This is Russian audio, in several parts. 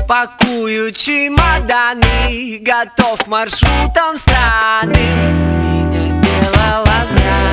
Пакую чемоданы, готов к маршрутам странным. Меня сделала зря,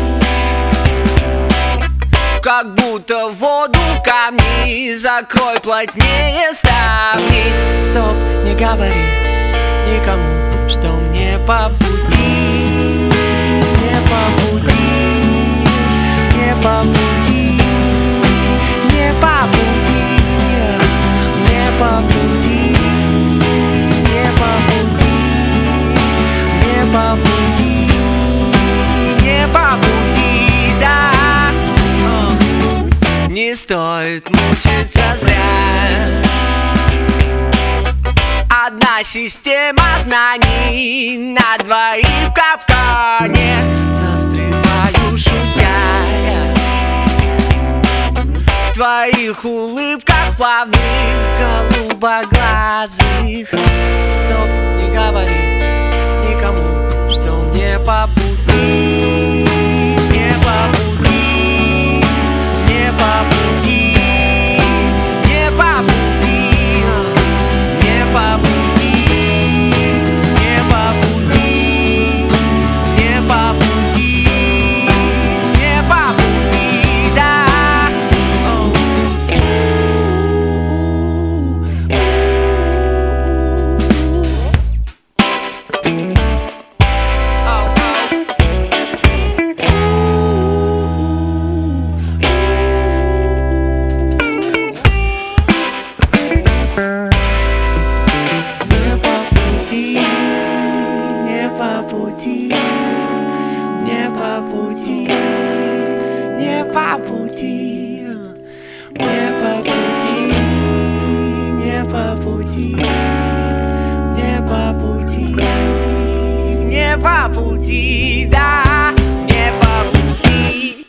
как будто в воду камни. Закрой плотнее ставни. Стоп, не говори никому, что мне по пути. Не по пути, не по пути, не по пути, не по пути, не по пути, не по пути, не по пути, да. Не стоит мучиться зря. Одна система знаний на двоих в капкане. Застреваю, шутя, в твоих улыбках плавных, голубоглазых. Стоп, не говори никому, что мне по пути. Не по пути, не по пути, не по пути, не по пути, не по пути, не по пути, не по пути, да. Не по пути, не по пути, не по пути, не по пути, не по пути, не по пути, не по пути, да, не по пути.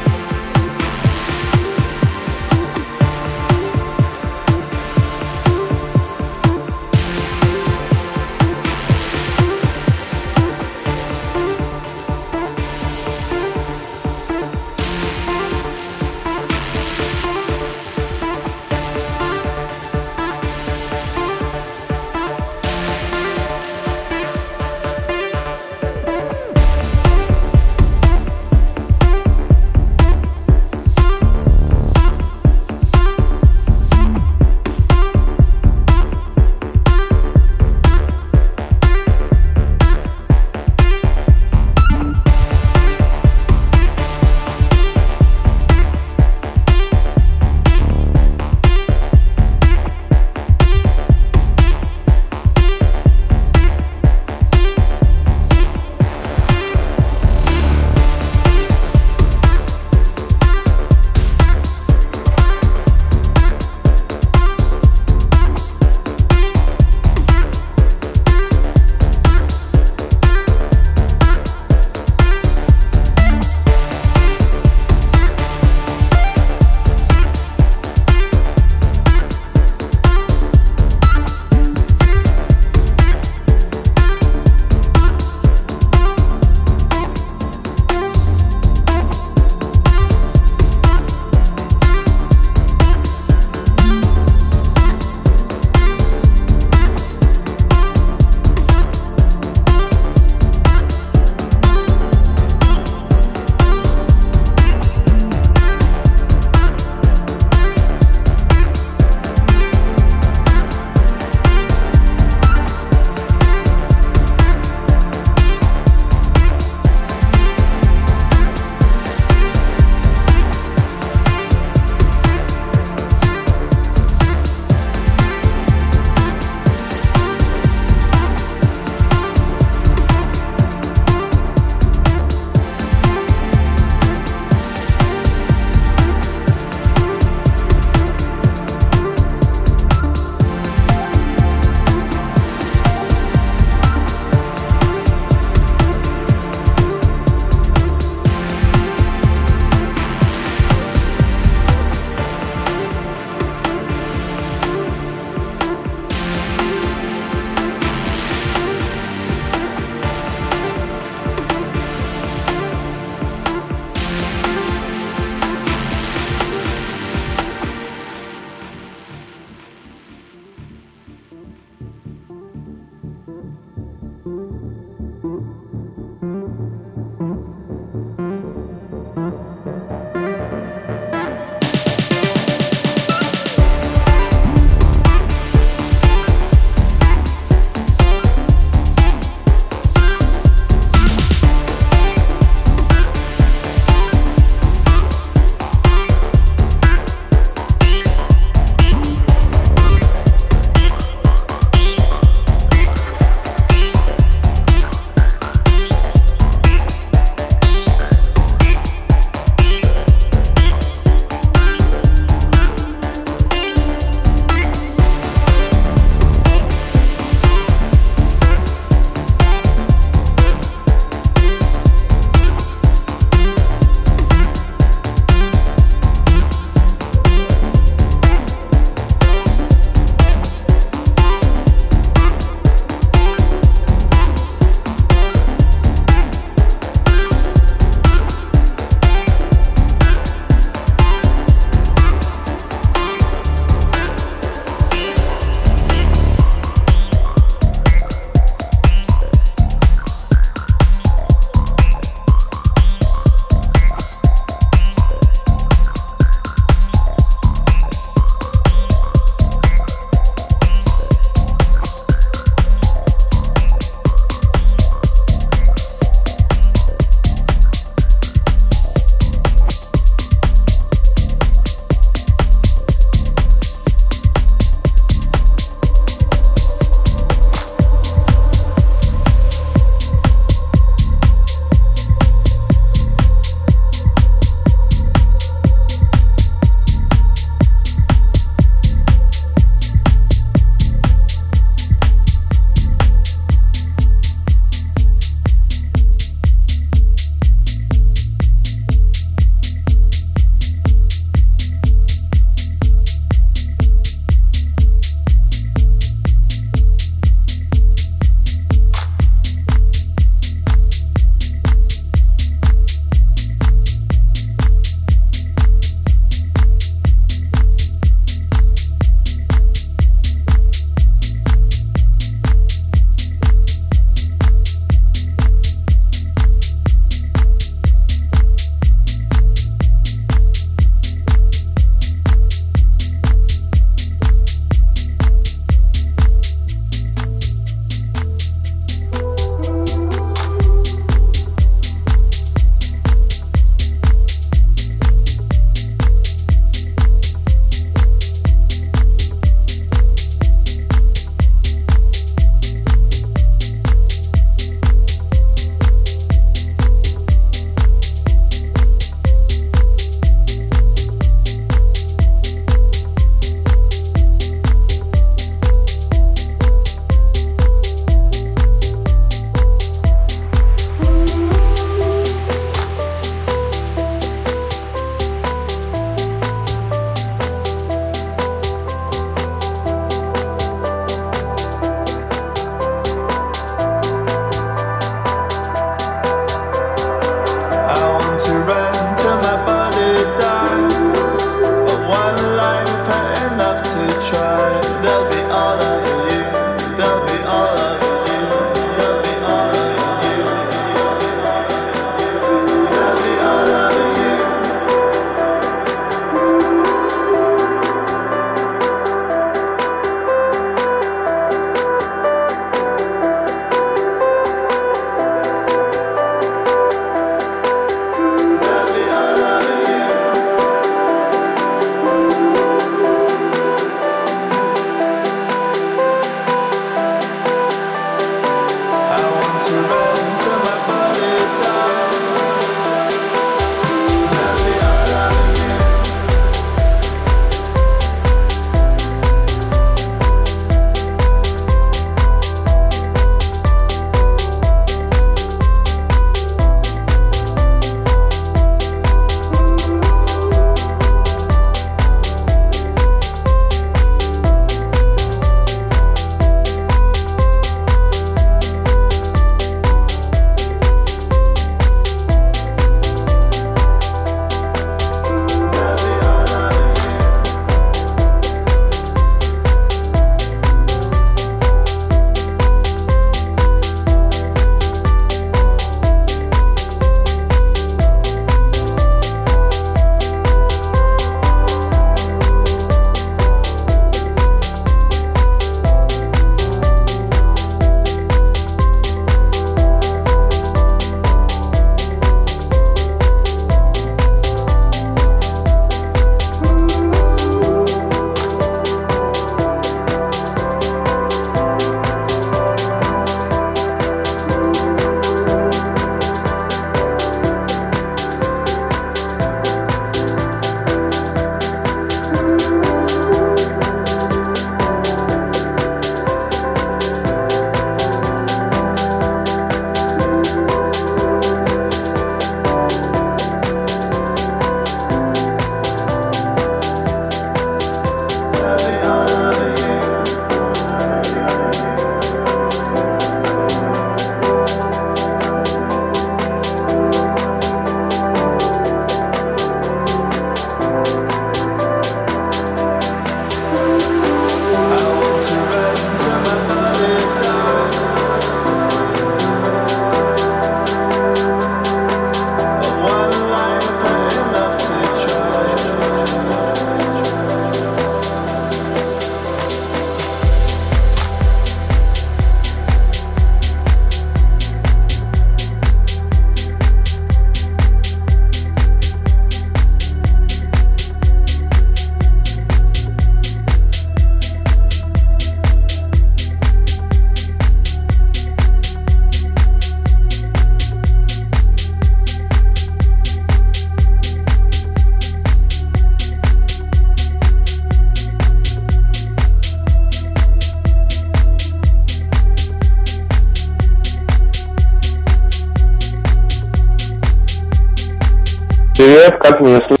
как меня слышно?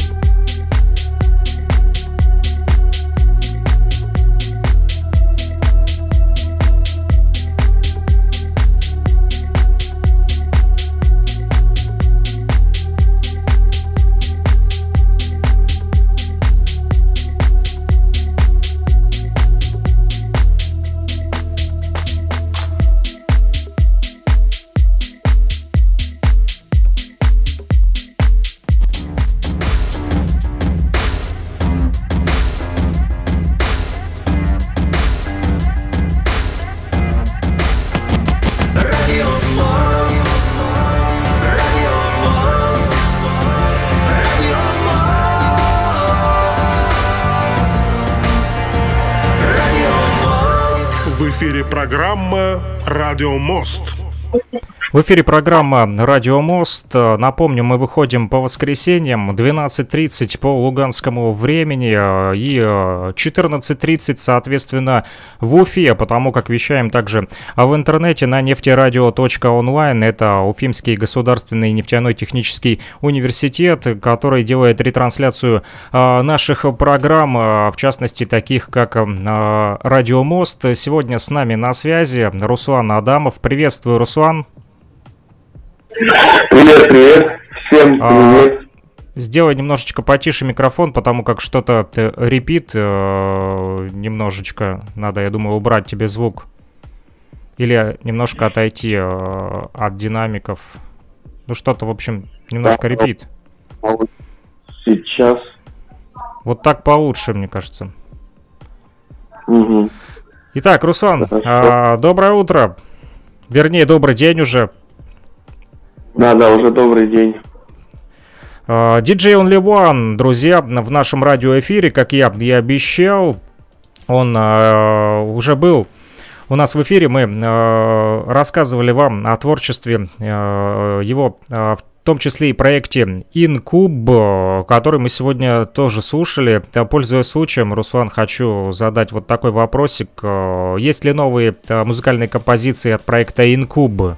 В эфире программа «Радио Мост». В эфире программа «Радио Мост». Напомню, мы выходим по воскресеньям 12:30 по луганскому времени и 14:30, соответственно, в Уфе, потому как вещаем также в интернете на нефтерадио.онлайн. Это Уфимский государственный нефтяной технический университет, который делает ретрансляцию наших программ, в частности, таких как «Радио Мост». Сегодня с нами на связи Руслан Адамов. Приветствую, Руслан. Привет, привет. Всем привет. Сделай немножечко потише микрофон, потому как что-то репит немножечко. Надо, я думаю, убрать тебе звук. Или немножко отойти от динамиков. Ну что-то, в общем, немножко репит. Сейчас. Вот так получше, мне кажется. Угу. Итак, Руслан, доброе утро. Вернее, добрый день уже. Да, уже добрый день. DJ Only One, друзья, в нашем радиоэфире, как я и обещал, он уже был у нас в эфире. Мы рассказывали вам о творчестве его, в том числе и проекте Инкуб, который мы сегодня тоже слушали. Пользуясь случаем, Руслан, хочу задать вот такой вопросик. Есть ли новые музыкальные композиции от проекта Инкуб?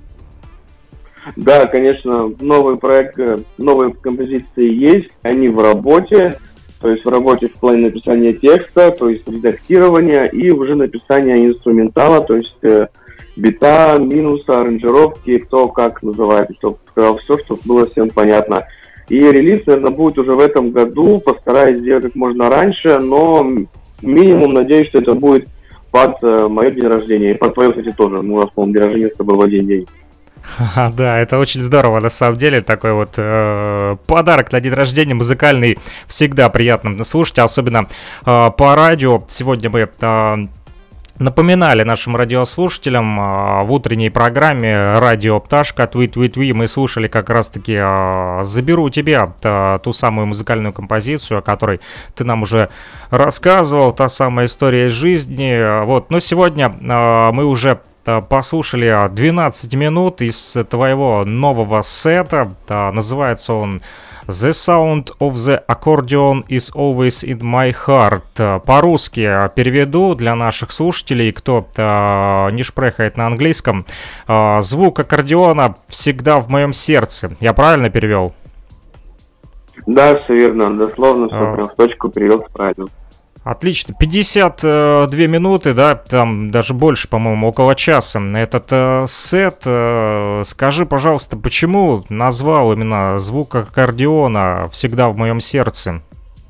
Да, конечно, новый проект, новые композиции есть, они в работе, то есть в работе в плане написания текста, то есть редактирования и уже написания инструментала, то есть бита, минуса, аранжировки, кто как называет, чтобы сказал все, чтобы было всем понятно. И релиз, наверное, будет уже в этом году, постараюсь сделать как можно раньше, но минимум надеюсь, что это будет под мое день рождения, и под твое, кстати, тоже, у нас, по-моему, день рождения с тобой в один день. Да, это очень здорово, на самом деле, такой вот подарок на день рождения музыкальный, всегда приятно слушать, особенно по радио. Сегодня мы напоминали нашим радиослушателям в утренней программе «Радио Пташка» «Твит-твит-ви» мы слушали как раз-таки «Заберу у тебя» ту самую музыкальную композицию, о которой ты нам уже рассказывал, та самая история из жизни. Вот, но сегодня мы уже послушали 12 минут из твоего нового сета. Называется он «The sound of the accordion is always in my heart». По-русски переведу для наших слушателей, кто не шпрехает на английском. «Звук аккордеона всегда в моем сердце». Я правильно перевел? Да, все верно. Дословно, все прям в точку перевел правильно. Отлично. 52 минуты, да, там даже больше, по-моему, около часа. Этот сет, скажи, пожалуйста, почему назвал именно звук аккордеона «Всегда в моем сердце»?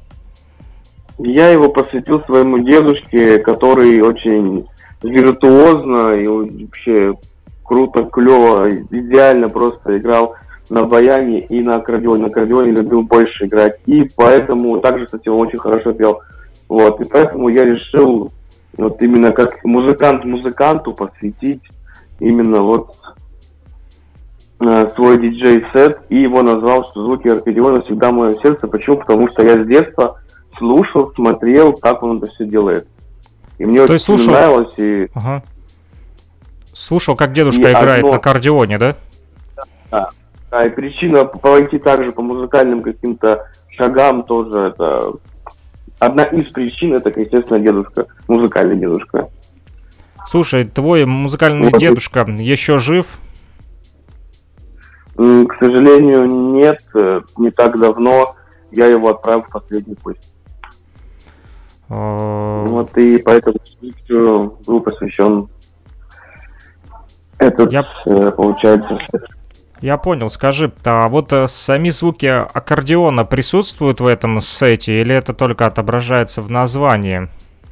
Я его посвятил своему дедушке, который очень виртуозно и вообще круто, клево, идеально просто играл на баяне и на аккордеоне. На аккордеоне любил больше играть. И поэтому также, кстати, он очень хорошо пел. Вот, и поэтому я решил вот именно как музыкант музыканту посвятить именно вот свой диджей-сет, и его назвал, что звуки аккордеона всегда в моем сердце. Почему? Потому что я с детства слушал, смотрел, как он это все делает. И мне то очень слушал... нравилось. И... Ага. Слушал, как дедушка играет на аккордеоне, да? Да, и причина пойти также по музыкальным каким-то шагам тоже это... Одна из причин, это, естественно, дедушка, музыкальный дедушка. Слушай, твой музыкальный дедушка еще жив? К сожалению, нет, не так давно я его отправил в последний путь. Вот и поэтому был посвящен этот, получается... Я понял. Скажи, а вот сами звуки аккордеона присутствуют в этом сете или это только отображается в названии?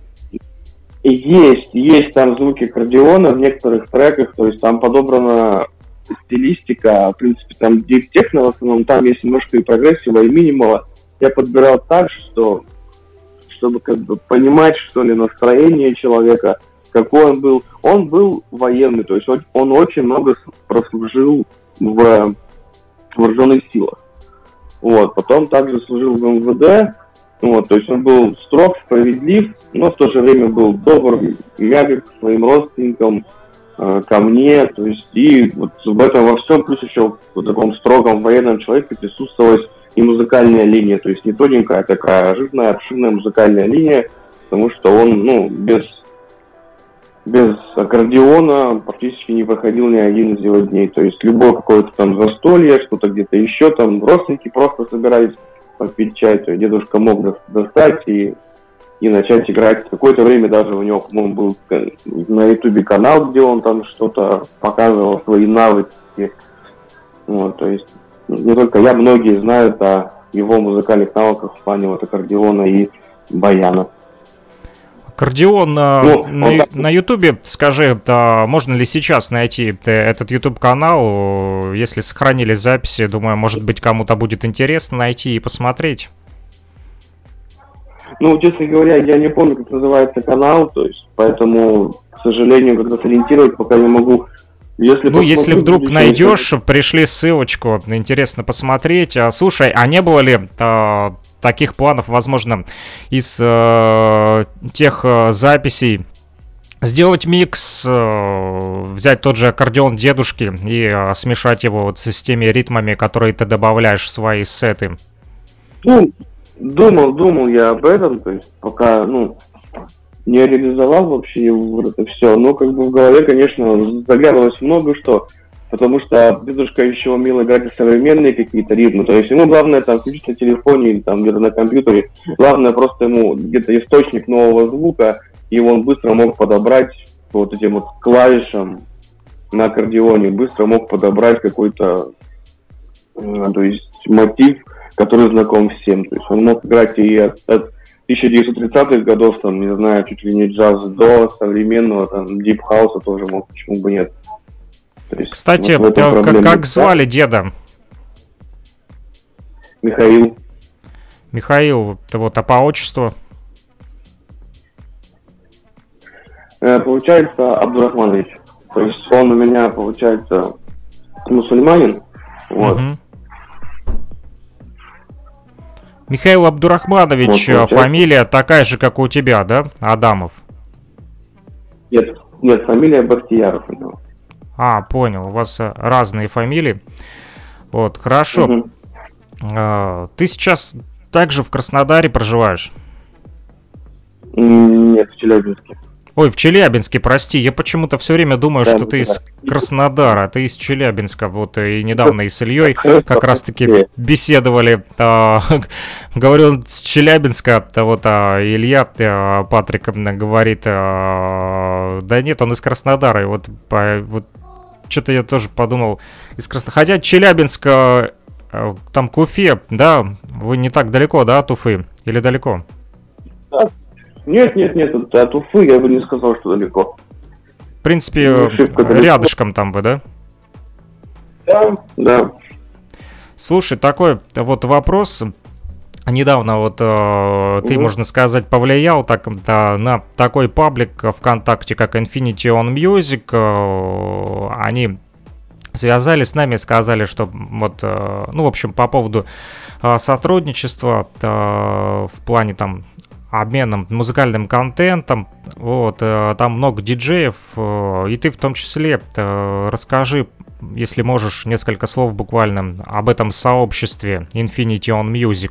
Есть там звуки аккордеона в некоторых треках, то есть там подобрана стилистика, в принципе, там дип-техно в основном, там есть немножко и прогрессива, и минимала. Я подбирал так, чтобы как бы понимать, что ли, настроение человека, какой он был. Он был военный, то есть он очень много прослужил в вооруженных силах. Вот, потом также служил в МВД, вот, то есть он был строг, справедлив, но в то же время был добр, мягок к своим родственникам, ко мне, то есть и вот в этом во всем, плюс еще в таком строгом военном человеке присутствовалась и музыкальная линия, то есть не тоненькая, а такая жирная, обширная музыкальная линия, потому что он, без аккордеона практически не проходил ни один из его дней. То есть любое какое-то там застолье, что-то где-то еще, там родственники просто собирались попить чай, то есть дедушка мог достать и начать играть. Какое-то время даже у него, по-моему, был на ютубе канал, где он там что-то показывал, свои навыки. Вот, то есть не только я, многие знают о его музыкальных навыках в плане вот аккордеона и баяна. Аккордеон на Ютубе, скажи, можно ли сейчас найти этот Ютуб-канал, если сохранились записи, думаю, может быть, кому-то будет интересно найти и посмотреть. Честно говоря, я не помню, как называется канал, то есть, поэтому, к сожалению, как-то сориентировать пока не могу. Если вдруг найдешь, пришли ссылочку, интересно посмотреть. Слушай, а не было ли таких планов, возможно, из тех записей сделать микс, взять тот же аккордеон дедушки и смешать его вот с теми ритмами, которые ты добавляешь в свои сеты? Думал я об этом, то есть пока, не реализовал вообще вот это все, но как бы в голове, конечно, заглядывалось много что, потому что дедушка еще умел играть современные какие-то ритмы, то есть ему главное там включить на телефоне или там где-то на компьютере, главное просто ему где-то источник нового звука, и он быстро мог подобрать по вот этим вот клавишам на аккордеоне, быстро мог подобрать какой-то, то есть мотив, который знаком всем, то есть он мог играть и от 1930-х годов, там, не знаю, чуть ли не джаз до современного, там, дип-хауса тоже мог, почему бы нет. Есть, кстати, вот как звали деда? Михаил. Михаил, вот, а по отчеству? Получается, Абдурахманович. То есть он у меня, получается, мусульманин. Вот. Угу. Михаил Абдурахманович, вот, фамилия такая же, как у тебя, да? Адамов? Нет, фамилия Бахтияров. Понял, у вас разные фамилии. Вот, хорошо. Угу. Ты сейчас также в Краснодаре проживаешь? Нет, в Челябинске. Ой, в Челябинске, прости, я почему-то все время думаю, что ты из Краснодара, а ты из Челябинска. Вот и недавно и с Ильей как раз-таки беседовали. Говорю, он с Челябинска, а Илья Патрик говорит, да нет, он из Краснодара. И вот что-то я тоже подумал из Краснодара. Хотя Челябинск, там к Уфе, да, вы не так далеко, да, от Уфы? Или далеко? Да. Нет, от Уфы я бы не сказал, что далеко. В принципе, рядышком там вы, да? Да. Слушай, такой вот вопрос. Недавно вот ты, можно сказать, повлиял на такой паблик ВКонтакте, как Infinity on Music. Они связались с нами, сказали, что вот, в общем, по поводу сотрудничества в плане там обменом музыкальным контентом, вот, там много диджеев, и ты в том числе. Расскажи, если можешь, несколько слов буквально об этом сообществе Infinity on Music.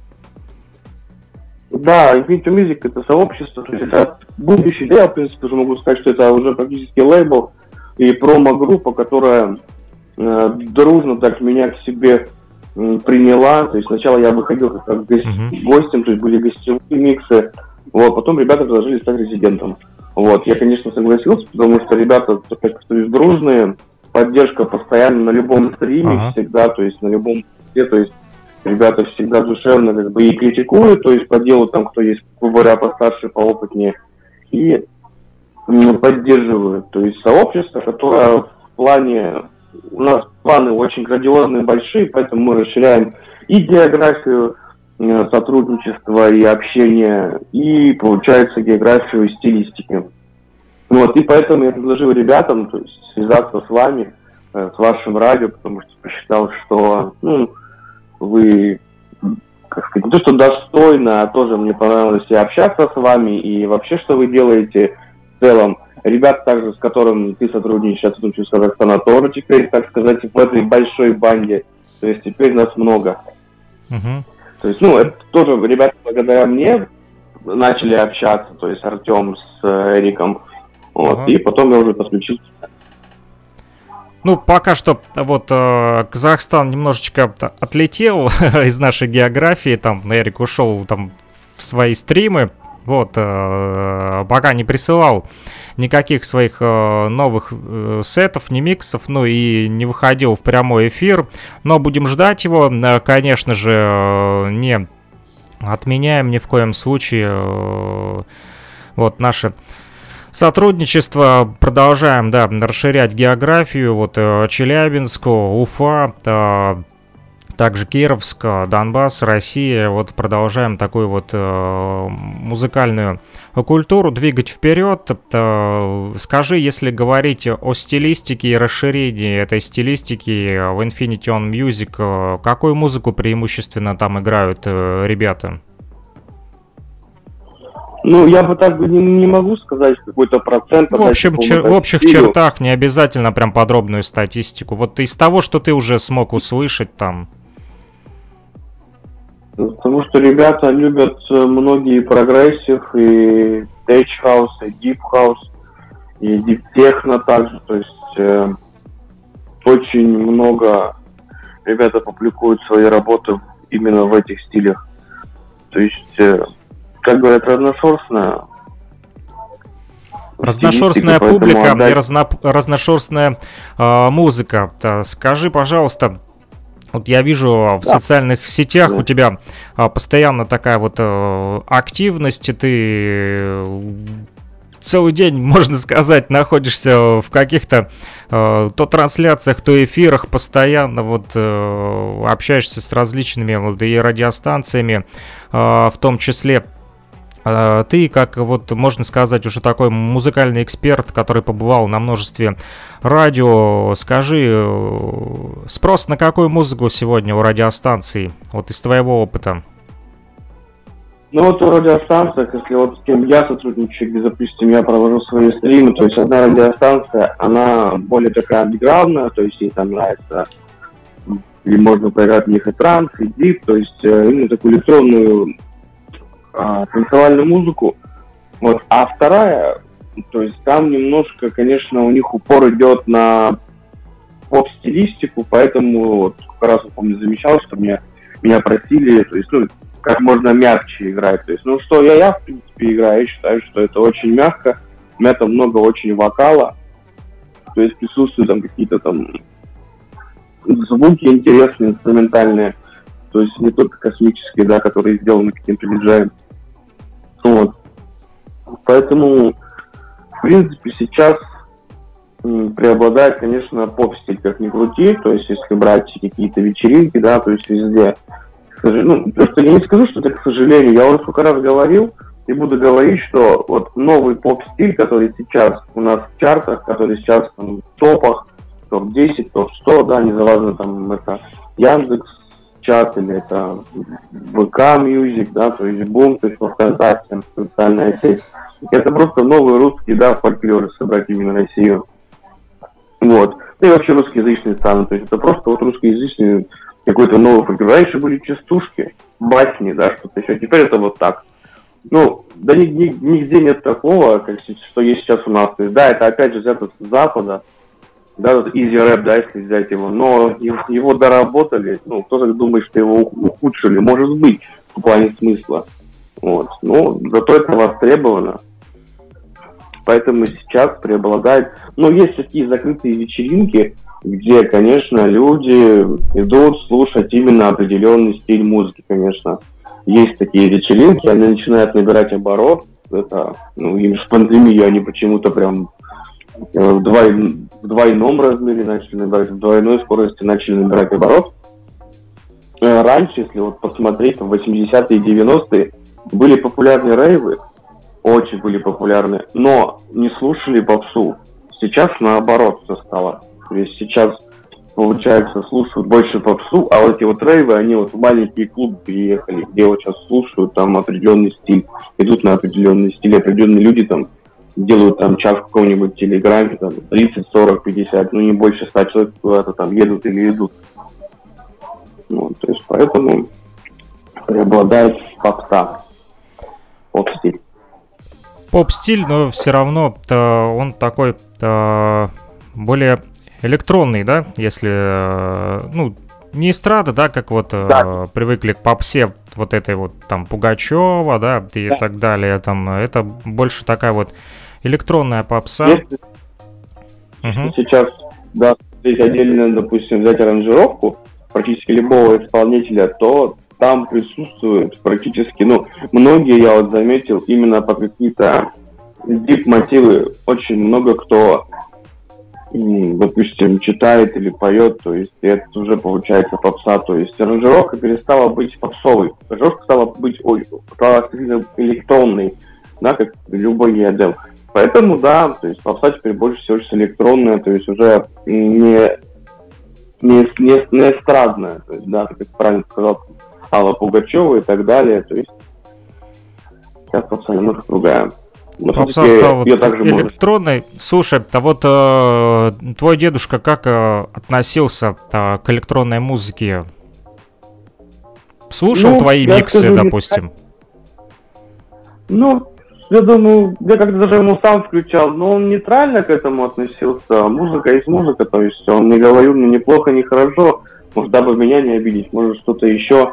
Да, Infinity Music — это сообщество, то есть это будущее, я, в принципе, уже могу сказать, что это уже практически лейбл и промо-группа, которая дружно так меня к себе приняла. То есть сначала я выходил как гостем, то есть были гостевые миксы. Вот, потом ребята предложили стать резидентом. Вот, я, конечно, согласился, потому что ребята, так сказать, дружные, поддержка постоянно на любом стриме всегда, то есть на любом месте, то есть ребята всегда душевно как бы и критикуют, то есть по делу там, кто есть, говоря, постарше, поопытнее, и поддерживают. То есть сообщество, которое в плане, у нас планы очень грандиозные, большие, поэтому мы расширяем и географию сотрудничества и общения, и, получается, географию стилистики. Вот, и поэтому я предложил ребятам, то есть, связаться с вами, с вашим радио, потому что посчитал, что, вы, как сказать, не то, что достойно, а тоже мне понравилось и общаться с вами, и вообще, что вы делаете в целом. Ребят, также, с которым ты сотрудничаешь, я сотрудничаю с Казахстана, тоже теперь, так сказать, в этой большой банде. То есть теперь нас много. То есть, это тоже ребята благодаря мне начали общаться, то есть Артем с Эриком. Вот, и потом я уже подключился. Пока что вот Казахстан немножечко отлетел из нашей географии, там Эрик ушел там в свои стримы, вот, пока не присылал никаких своих новых сетов, ни миксов, и не выходил в прямой эфир, но будем ждать его, конечно же, не отменяем ни в коем случае вот наше сотрудничество, продолжаем, расширять географию, вот Челябинск, Уфа, также Кировск, Донбасс, Россия, вот продолжаем такую вот музыкальную культуру двигать вперед. Скажи, если говорить о стилистике и расширении этой стилистики в Infinity On Music, какую музыку преимущественно там играют ребята? Я бы так не могу сказать какой-то процент. В общих чертах, не обязательно прям подробную статистику. Вот из того, что ты уже смог услышать там. Потому что ребята любят многие прогрессив, и Tech House, и Deep House, и Deep Techno также. То есть очень много ребята публикуют свои работы именно в этих стилях. То есть, как говорят, разношерстная публика и разношерстная музыка. Скажи, пожалуйста, вот я вижу в социальных сетях у тебя постоянно такая вот активность, ты целый день, можно сказать, находишься в каких-то то трансляциях, то эфирах, постоянно вот общаешься с различными вот и радиостанциями, в том числе. Ты, как вот, можно сказать, уже такой музыкальный эксперт, который побывал на множестве радио, скажи, спрос на какую музыку сегодня у радиостанций, вот из твоего опыта? Вот у радиостанциях, если вот с кем я сотрудничаю, где, допустим, я провожу свои стримы, то есть одна радиостанция, она более такая андеграундная, то есть ей там нравится, или можно поиграть в них и транс, и дип, то есть именно такую электронную танцевальную музыку. Вот. А вторая, то есть там немножко, конечно, у них упор идет на поп-стилистику, поэтому вот, как раз, помню, замечал, что меня просили, то есть, как можно мягче играть. То есть, что я в принципе играю, я считаю, что это очень мягко, у меня там много очень вокала, то есть присутствуют там какие-то там звуки интересные, инструментальные, то есть не только космические, которые сделаны каким-то диджеем. Вот. Поэтому, в принципе, сейчас преобладает, конечно, поп-стиль, как ни крути, то есть если брать какие-то вечеринки, то есть везде. Просто я не скажу, что это к сожалению, я уже сколько раз говорил и буду говорить, что вот новый поп-стиль, который сейчас у нас в чартах, который сейчас в топах, топ-10, топ-100, незаважно там это Яндекс, чат или это ВК Music, то есть Бум, то есть ВКонтакте, социальная сеть. Это просто новый русский, фольклор, собрать именно Россию. Вот. И вообще русскоязычные страны, то есть это просто вот русскоязычный какой-то новый фольклор. Раньше были частушки, басни, что-то еще. Теперь это вот так. Нигде нет такого, что есть сейчас у нас. То есть, это опять же взято с Запада. да, вот Easy Rap, да, если взять его, но его доработали, ну, кто-то думает, что его ухудшили, может быть, в плане смысла, вот, но зато это востребовано, поэтому сейчас преобладает, ну, есть такие закрытые вечеринки, где, конечно, люди идут слушать именно определенный стиль музыки, конечно, есть такие вечеринки, они начинают набирать оборот, это, ну, им в пандемию они почему-то прям в двойном размере начали набирать, в двойной скорости начали набирать оборот. Раньше, если вот посмотреть, в 80-е и 90-е были популярны рейвы, очень были популярны, но не слушали попсу. Сейчас наоборот все стало. То есть сейчас, получается, слушают больше попсу, а вот эти вот рейвы, они вот в маленькие клубы переехали, где вот сейчас слушают там определенный стиль, идут на определенный стиль, определенные люди там делают там час в каком-нибудь телеграме, там 30, 40, 50, ну не больше 100 человек куда-то там едут или идут. Ну, то есть поэтому преобладает попса, поп-стиль. Поп-стиль, но все равно он такой более электронный, да, если, ну, не эстрада, да, как вот привыкли к попсе вот этой вот там Пугачева, да, и так далее, там, это больше такая вот электронная попса. Если сейчас, да, здесь отдельно, допустим, взять аранжировку практически любого исполнителя, то там присутствуют практически, ну, многие, я вот заметил, именно под какие-то дип-мотивы, очень много кто, допустим, читает или поет, то есть это уже получается попса, то есть аранжировка перестала быть попсовой, аранжировка стала быть электронной, да, как любой EDM. Поэтому, да, то есть попса теперь больше всего электронная, то есть уже не эстрадная, то есть, да, как правильно сказал, Алла Пугачева и так далее, то есть сейчас попса немножко другая. Но попса стала электронной. Слушай, а вот твой дедушка как относился к электронной музыке? Слушал твои миксы, допустим? Ну, я думаю, я как-то даже ему сам включал, но он нейтрально к этому относился. Музыка есть музыка, то есть он не говорил мне ни плохо, ни хорошо, может, дабы меня не обидеть, может, что-то еще.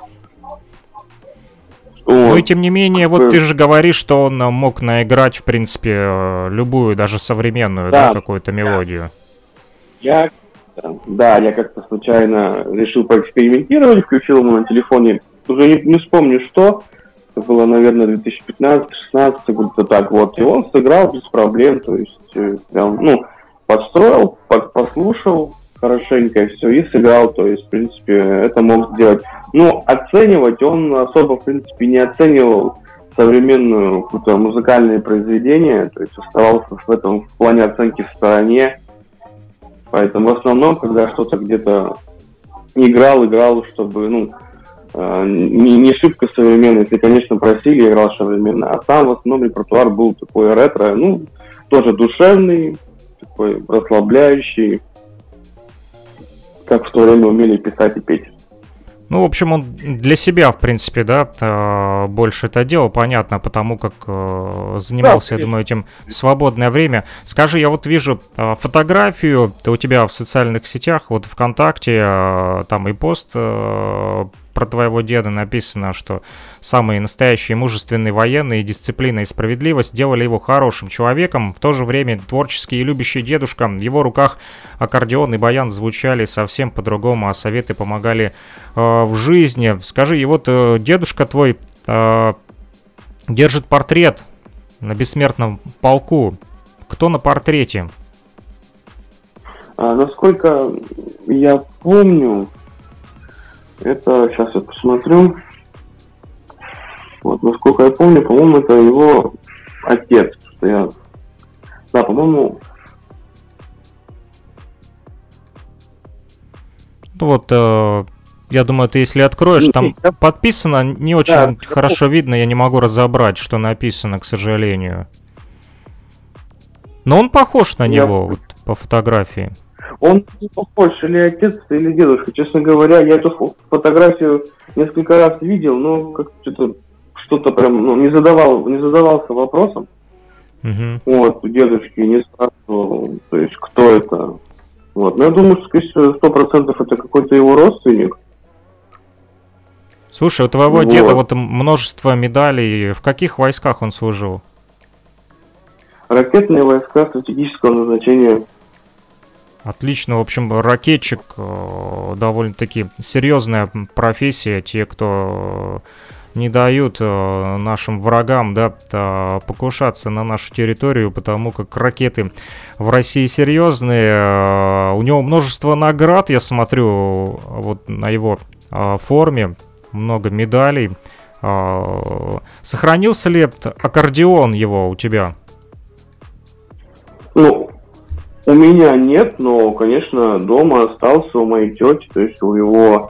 Ну и тем не менее, вот ты же говоришь, что он мог наиграть, в принципе, любую, даже современную, да, какую-то мелодию. Я как-то случайно решил поэкспериментировать, включил ему на телефоне, уже не вспомню что, это было, наверное, 2015-16, где-то так вот, и он сыграл без проблем, то есть прям, ну, подстроил, послушал хорошенько и все, и сыграл, то есть, в принципе, это мог сделать. Ну, оценивать он особо, в принципе, не оценивал современную какое-то музыкальное произведение, то есть оставался в этом в плане оценки в стороне, поэтому в основном, когда что-то где-то играл, чтобы, ну, не шибко современно, если, конечно, просили, играл современно, а там в основном репертуар был такой ретро, ну, тоже душевный, такой расслабляющий, как в то время умели писать и петь. Ну, в общем, он для себя, в принципе, да, больше это делал, понятно, потому как занимался, я думаю, этим в свободное время. Скажи, я вот вижу фотографию у тебя в социальных сетях, вот ВКонтакте, там и пост про твоего деда написано, что самые настоящие мужественные военные, дисциплина и справедливость делали его хорошим человеком. В то же время творческий и любящий дедушка, в его руках аккордеон и баян звучали совсем по-другому, а советы помогали в жизни. Скажи, и вот дедушка твой держит портрет на бессмертном полку. Кто на портрете? Насколько я помню, это, сейчас я посмотрю. Вот, насколько я помню, по-моему, это его отец. Что да, по-моему. Ну вот, я думаю, ты если откроешь, там подписано, не очень хорошо видно, я не могу разобрать, что написано, к сожалению. Но он похож на него, вот, по фотографии. Он не похож, или отец, или дедушка. Честно говоря, я эту фотографию несколько раз видел, но как-то что-то прям не задавался вопросом. Вот, у дедушки не спрашивал, то есть кто это. Вот. Но я думаю, что, скорее всего, 100% это какой-то его родственник. Слушай, у твоего деда вот множество медалей. В каких войсках он служил? Ракетные войска стратегического назначения. Отлично. В общем, ракетчик довольно-таки серьезная профессия. Те, кто не дают нашим врагам, да, покушаться на нашу территорию, потому как ракеты в России серьезные. У него множество наград, я смотрю, вот на его форме, много медалей. Сохранился ли аккордеон его у тебя? Ну, у меня нет, но, конечно, дома остался у моей тети, то есть у его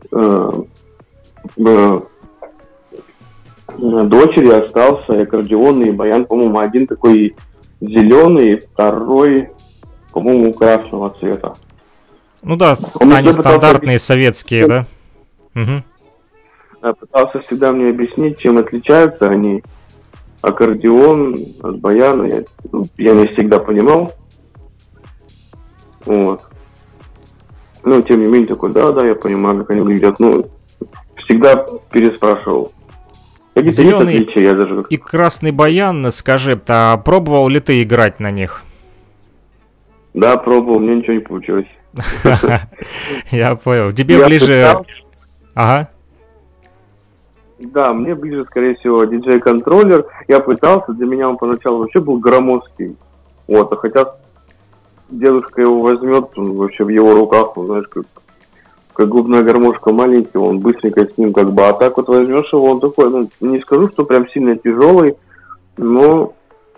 дочери остался аккордеон и баян, по-моему, один такой зеленый, второй, по-моему, красного цвета. Ну да, они стандартные советские, да? Угу. Я пытался всегда мне объяснить, чем отличаются они. Аккордеон от баяна, я не всегда понимал. Вот. Ну, тем не менее, такой, да, я понимаю, как они выглядят. Ну, всегда переспрашивал. Какие-то Зеленый отличия, я даже... и красный баян, скажи, а пробовал ли ты играть на них? Да, пробовал, мне ничего не получилось. Я понял. Тебе ближе... Ага. Да, мне ближе, скорее всего, диджей-контроллер. Я пытался, для меня он поначалу вообще был громоздкий. Вот, а хотя дедушка его возьмет, он вообще в его руках, он, знаешь, как губная гармошка маленький, он быстренько с ним как бы, а так вот возьмешь его, он такой, ну, не скажу, что прям сильно тяжелый, но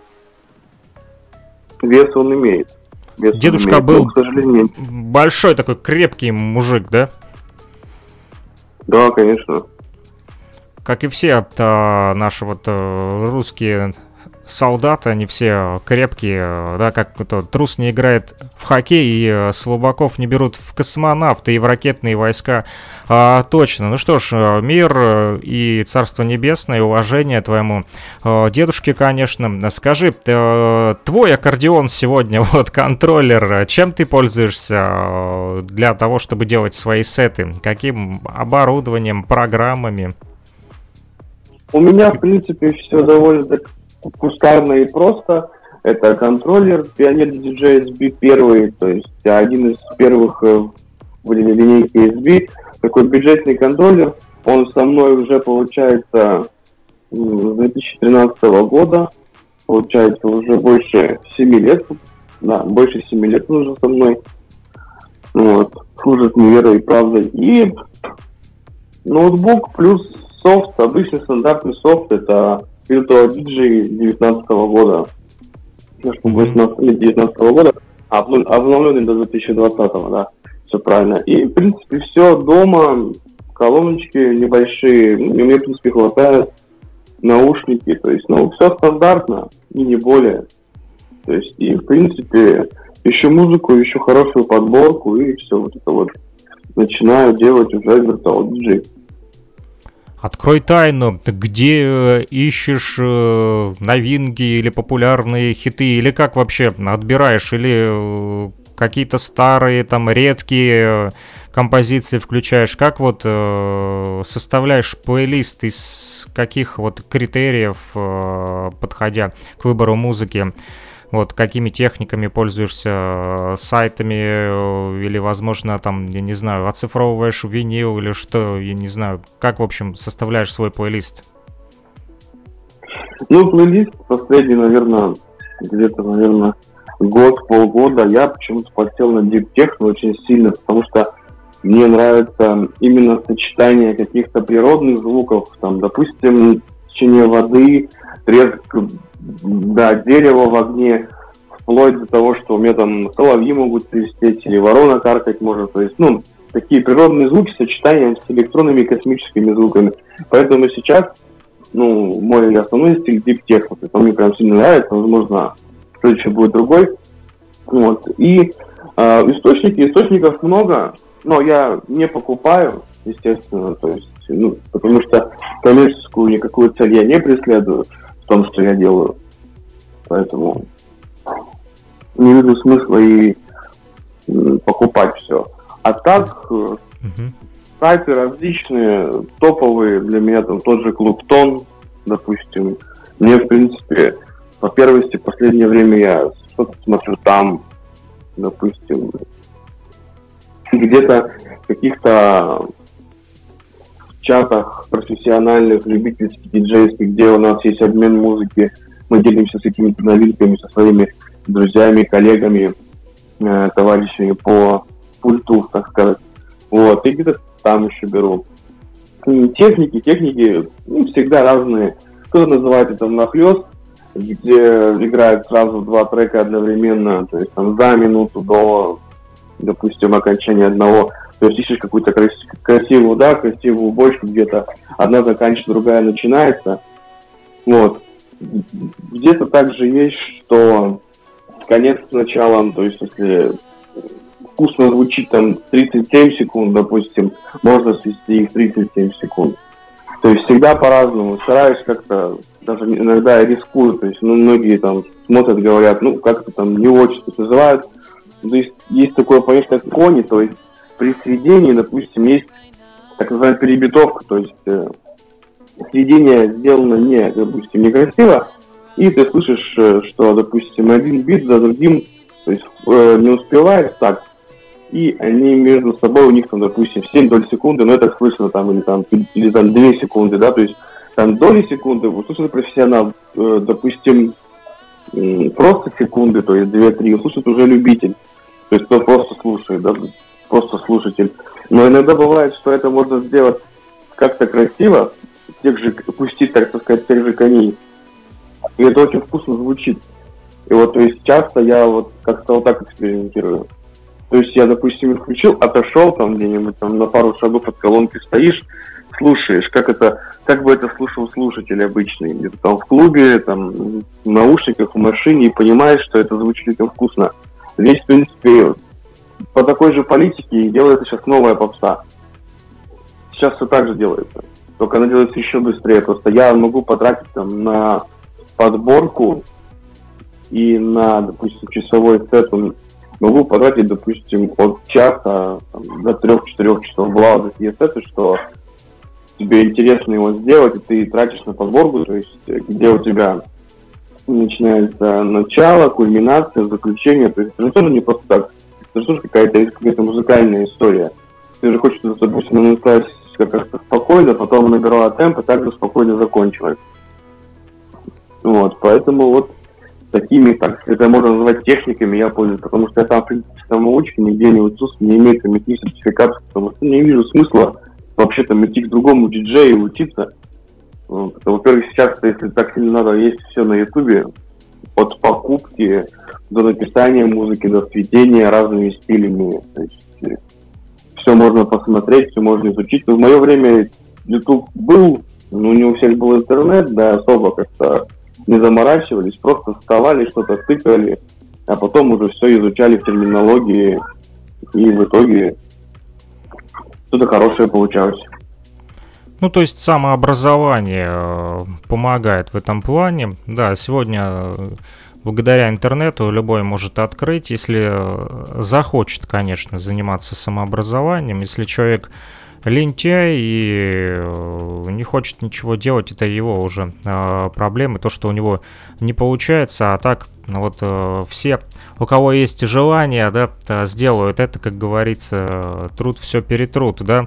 вес он имеет. Дедушка был, к сожалению, большой такой крепкий мужик, да? Да, конечно. Как и все наши вот русские солдаты, они все крепкие, да, как трус не играет в хоккей и слабаков не берут в космонавты и в ракетные войска, точно. Ну что ж, мир и царство небесное, уважение твоему дедушке, конечно. Скажи, твой аккордеон сегодня, вот контроллер, чем ты пользуешься для того, чтобы делать свои сеты? Каким оборудованием, программами? У меня, в принципе, все довольно кустарно и просто. Это контроллер Pioneer DJ SB первый, то есть один из первых в линейке SB. Такой бюджетный контроллер. Он со мной уже, получается, с 2013 года. Получается, уже больше 7 лет. Да, больше 7 лет он уже со мной. Вот. Служит мне верой и правдой. И ноутбук плюс софт, обычный стандартный софт, это Virtual DJ 2019 года. 2019 года, обновленный до 2020, да, все правильно. И, в принципе, все дома, колоночки небольшие, мне, в принципе, хватает, наушники, то есть, ну, все стандартно и не более. То есть, и, в принципе, ищу музыку, ищу хорошую подборку, и все вот это вот начинаю делать уже Virtual DJ. Открой тайну, где ищешь новинки или популярные хиты, или как вообще отбираешь, или какие-то старые, там, редкие композиции включаешь, как вот составляешь плейлист, из каких вот критериев, подходя к выбору музыки, вот какими техниками пользуешься, сайтами или, возможно, там, я не знаю, оцифровываешь винил или что, я не знаю, как, в общем, составляешь свой плейлист? Ну, плейлист последний, наверное, где-то, год-полгода я почему-то подсел на Deep Techno очень сильно, потому что мне нравится именно сочетание каких-то природных звуков, там, допустим, течение воды, треск, да, дерево в огне, вплоть до того, что у меня там соловьи могут свистеть или ворона каркать может, то есть, ну, такие природные звуки, сочетания с электронными и космическими звуками. Поэтому сейчас, ну, мой основной стиль Deep Techno, то есть он мне прям сильно нравится, возможно, следующий будет другой. Вот. И источников много, но я не покупаю, естественно, то есть, ну, потому что коммерческую никакую цель я не преследую в том, что я делаю. Поэтому не вижу смысла и покупать все. А так, сайты различные, топовые, для меня там тот же Клуб Тон, допустим. Мне, в принципе, по первости, в последнее время я что-то смотрю там, допустим, где-то в каких-то чатах профессиональных, любительских, диджейских, где у нас есть обмен музыки, мы делимся с какими-то новинками со своими друзьями, коллегами, товарищами по пульту, так сказать. Вот, и где-то там еще беру. И техники всегда разные. Кто-то называет это нахлёст, где играют сразу 2 трека одновременно, то есть там за минуту до, допустим, окончания одного. То есть ищешь какую-то красивую бочку где-то, одна заканчивается, другая начинается. Вот. Где-то также есть, что конец с началом, то есть если вкусно звучит там 37 секунд, допустим, можно свести их в 37 секунд. То есть всегда по-разному. Стараюсь как-то, даже иногда рискую, то есть многие там смотрят, говорят, как-то там не очень называют. То есть такое понятие, как кони, то есть при сведении, допустим, есть так называемая перебитовка, то есть сведение сделано допустим, некрасиво, и ты слышишь, что, допустим, один бит за другим, то есть не успевает так, и они между собой, у них там, допустим, 7 доль секунды, но это слышно там, или 2 секунды, да, то есть там доли секунды, услышит профессионал, допустим, просто секунды, то есть 2-3, услышит уже любитель, то есть кто просто слушает, да, просто слушатель. Но иногда бывает, что это можно сделать как-то красиво, пустить, так сказать, тех же коней. И это очень вкусно звучит. И вот, то есть, часто я вот как-то вот так экспериментирую. То есть я, допустим, включил, отошел там где-нибудь там на пару шагов от колонки стоишь, слушаешь, как бы это слушал слушатель обычный, где-то там в клубе, там в наушниках, в машине, и понимаешь, что это звучит очень вкусно. Здесь, в принципе, по такой же политике делается сейчас новая попса. Сейчас все так же делается. Только она делается еще быстрее. Просто я могу потратить там на подборку и на, допустим, часовой сет. Могу потратить, допустим, от часа до 3-4 часов. Бывало такие сеты, что тебе интересно его сделать, и ты тратишь на подборку, то есть где у тебя начинается начало, кульминация, заключение. То есть это тоже не просто так. Это же тоже какая-то музыкальная история. Ты же хочешь, допустим, начать как-то спокойно, потом набирала темп, и также спокойно закончилась. Вот, поэтому вот такими, так, это можно называть техниками, я пользуюсь, потому что я там, в принципе, самоучка, нигде не учусь, не имею там никаких сертификатов, потому что не вижу смысла вообще там идти к другому диджею и учиться. Вот, это, во-первых, сейчас, если так сильно надо, есть все на ютубе, от покупки до написания музыки, до сведения разными стилями. То есть все можно посмотреть, все можно изучить. Но в мое время YouTube был, но не у всех был интернет, да, особо как-то не заморачивались, просто вставали, что-то тыкали, а потом уже все изучали в терминологии, и в итоге что-то хорошее получалось. Ну, то есть самообразование помогает в этом плане. Да, сегодня благодаря интернету любой может открыть, если захочет, конечно, заниматься самообразованием. Если человек лентяй и не хочет ничего делать, это его уже проблемы, то, что у него не получается, а так вот все, у кого есть желание, да, сделают это, как говорится, труд все перетрут, да.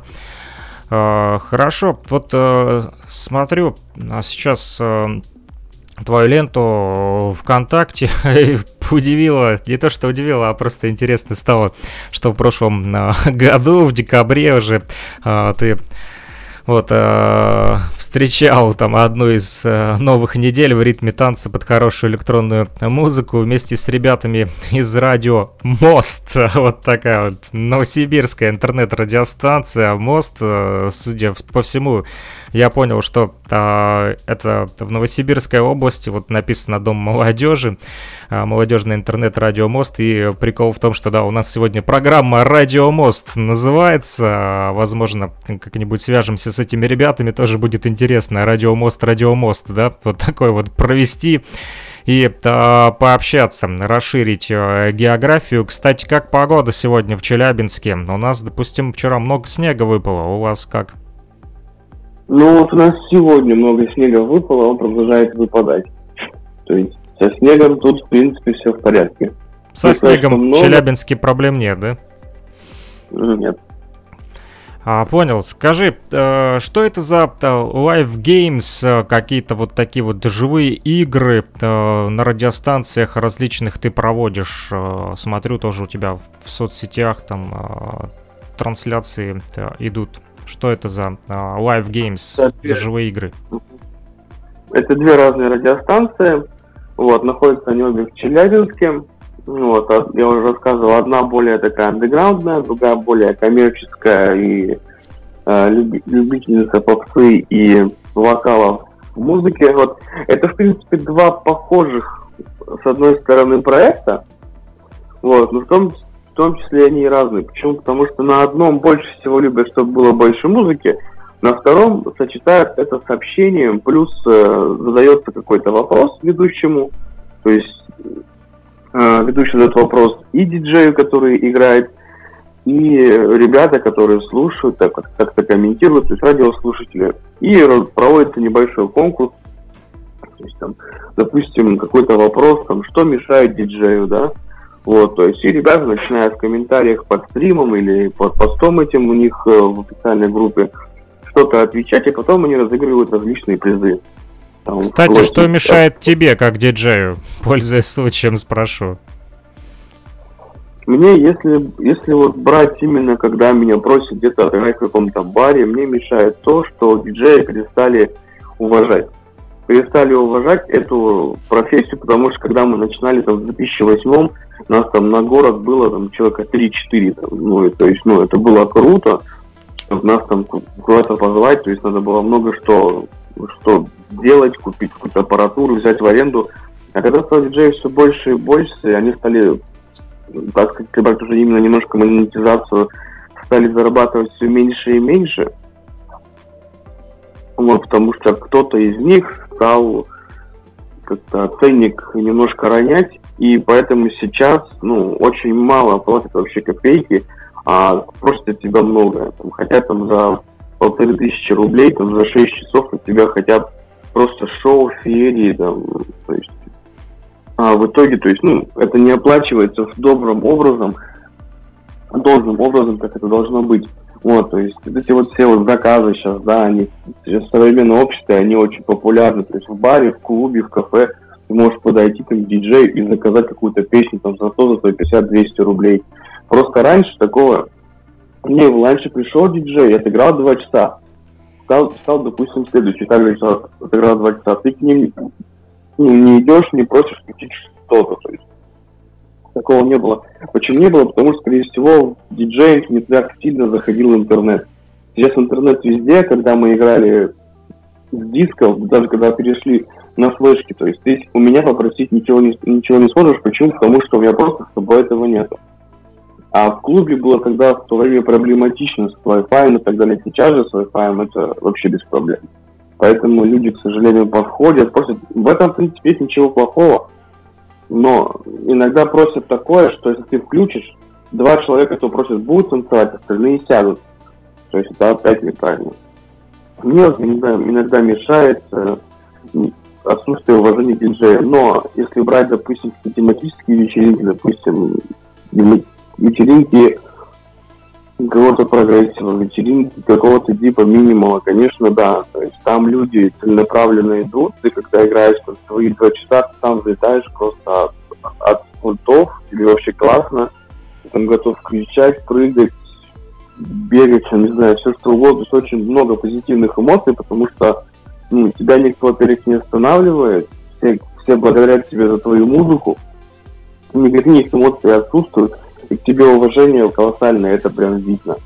Хорошо, вот смотрю сейчас твою ленту ВКонтакте, удивило, не то что удивило, а просто интересно стало, что в прошлом году, в декабре уже ты вот встречал там одну из новых недель в ритме танца под хорошую электронную музыку вместе с ребятами из радио Мост. Вот такая вот новосибирская интернет-радиостанция Мост. Судя по всему, я понял, что это в Новосибирской области, вот написано «Дом молодежи», молодежный интернет-радио Мост. И прикол в том, что да, у нас сегодня программа «Радио Мост» называется. Возможно, как-нибудь свяжемся с этими ребятами, тоже будет интересно. «Радио Мост», да, вот такой вот провести и пообщаться, расширить географию. Кстати, как погода сегодня в Челябинске? У нас, допустим, вчера много снега выпало, у вас как? Ну вот у нас сегодня много снега выпало, он продолжает выпадать. То есть со снегом тут, в принципе, все в порядке. Со снегом в Челябинске проблем нет, да? Нет. Понял. Скажи, что это за live games, какие-то вот такие вот живые игры на радиостанциях различных ты проводишь? Смотрю, тоже у тебя в соцсетях там трансляции идут. Что это за live games, за живые игры? Это две разные радиостанции. Вот, находятся они обе в Челябинске. Вот, я уже рассказывал, одна более такая андеграундная, другая более коммерческая и любительница попсы и вокалов в музыке. Вот, это, в принципе, два похожих, с одной стороны, проекта, вот, но в том числе они и разные. Почему? Потому что на одном больше всего любят, чтобы было больше музыки, на втором сочетают это с общением, плюс задается какой-то вопрос ведущему, то есть ведущий задает вопрос и диджею, который играет, и ребята, которые слушают, как-то комментируют, то есть радиослушатели. И проводится небольшой конкурс, то есть, там, допустим, какой-то вопрос, там, что мешает диджею, да, вот, то есть и ребята начинают в комментариях под стримом или под постом этим у них в официальной группе что-то отвечать, и потом они разыгрывают различные призы. Там, кстати, что мешает тебе, как диджею? Пользуясь случаем, спрошу. Мне, если вот брать именно, когда меня просят где-то играть в каком-то баре, мне мешает то, что диджеи перестали уважать эту профессию, потому что когда мы начинали там в 2008-м, нас там на город было там человека 3-4, ну, то есть, ну, это было круто, нас там куда-то позвать, то есть надо было много что делать, купить какую-то аппаратуру, взять в аренду. А когда стало диджеев все больше и больше, и они стали, так сказать, уже именно немножко монетизацию, стали зарабатывать все меньше и меньше. Вот, потому что кто-то из них стал как-то ценник немножко ронять, и поэтому сейчас, ну, очень мало платят вообще копейки, а просят от тебя много. Там, хотят там за 1500 рублей, там, за 6 часов от тебя хотят просто шоу, феерии, там, то есть, в итоге, то есть, ну, это не оплачивается должным образом, как это должно быть. Вот, то есть, эти вот все вот заказы сейчас, да, они в современном обществе, они очень популярны, то есть, в баре, в клубе, в кафе ты можешь подойти к диджею и заказать какую-то песню, там, за 150-200 рублей. Просто раньше такого не было. Раньше пришел диджей, отыграл 2 часа, стал, допустим, следующий, также отыграл 2 часа, ты к ним не идешь, не просишь включить что-то, то есть такого не было. Почему не было? Потому что, скорее всего, в диджеинг не так сильно заходил интернет. Сейчас интернет везде, когда мы играли с дисков, даже когда перешли на флешки, то есть ты у меня попросить ничего не сможешь. Почему? Потому что у меня просто с собой этого нету. А в клубе было тогда в то время проблематично с Wi-Fi и так далее. Сейчас же с Wi-Fi это вообще без проблем. Поэтому люди, к сожалению, подходят, просят. В этом, в принципе, нет ничего плохого. Но иногда просят такое, что если ты включишь, 2 человека, кто просит, будут танцевать, остальные сядут. То есть это опять неправильно. Мне иногда мешает отсутствие уважения к диджея. Но если брать, допустим, тематические вечеринки, допустим, вечеринки какого-то прогрессива, вечеринки какого-то типа минимала, конечно, да. То есть там люди целенаправленно идут, ты когда играешь там, свои 2 часа, ты там залетаешь просто от пультов, тебе вообще классно, ты там готов кричать, прыгать, бегать, не знаю, все что угодно. То есть очень много позитивных эмоций, потому что тебя никто, во-первых, не останавливает, все благодарят тебе за твою музыку, никаких эмоций отсутствуют, и к тебе уважение колоссальное, это прям видно.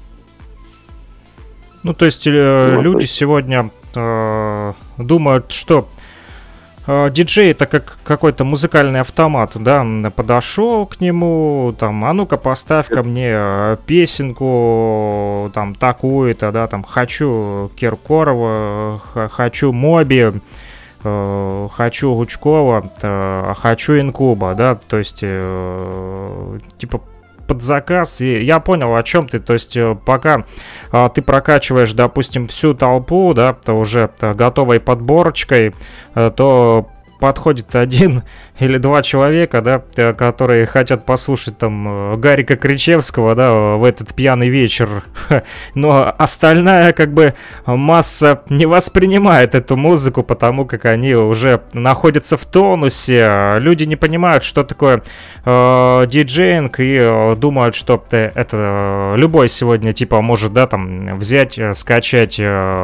Ну, то есть люди сегодня думают, что диджей это как какой-то музыкальный автомат, да, подошел к нему, там, а ну-ка поставь ко мне песенку, там, такую-то, да, там, хочу Киркорова, хочу Моби, хочу Гучкова, хочу Инкуба, да, то есть, типа, под заказ, и я понял, о чем ты, то есть, пока ты прокачиваешь, допустим, всю толпу, да, то уже готовой подборочкой, то подходит один или два человека, да, которые хотят послушать там Гарика Кричевского, да, в этот пьяный вечер, но остальная как бы масса не воспринимает эту музыку, потому как они уже находятся в тонусе, люди не понимают, что такое диджеинг, и думают, что это любой сегодня типа может, да, там взять, скачать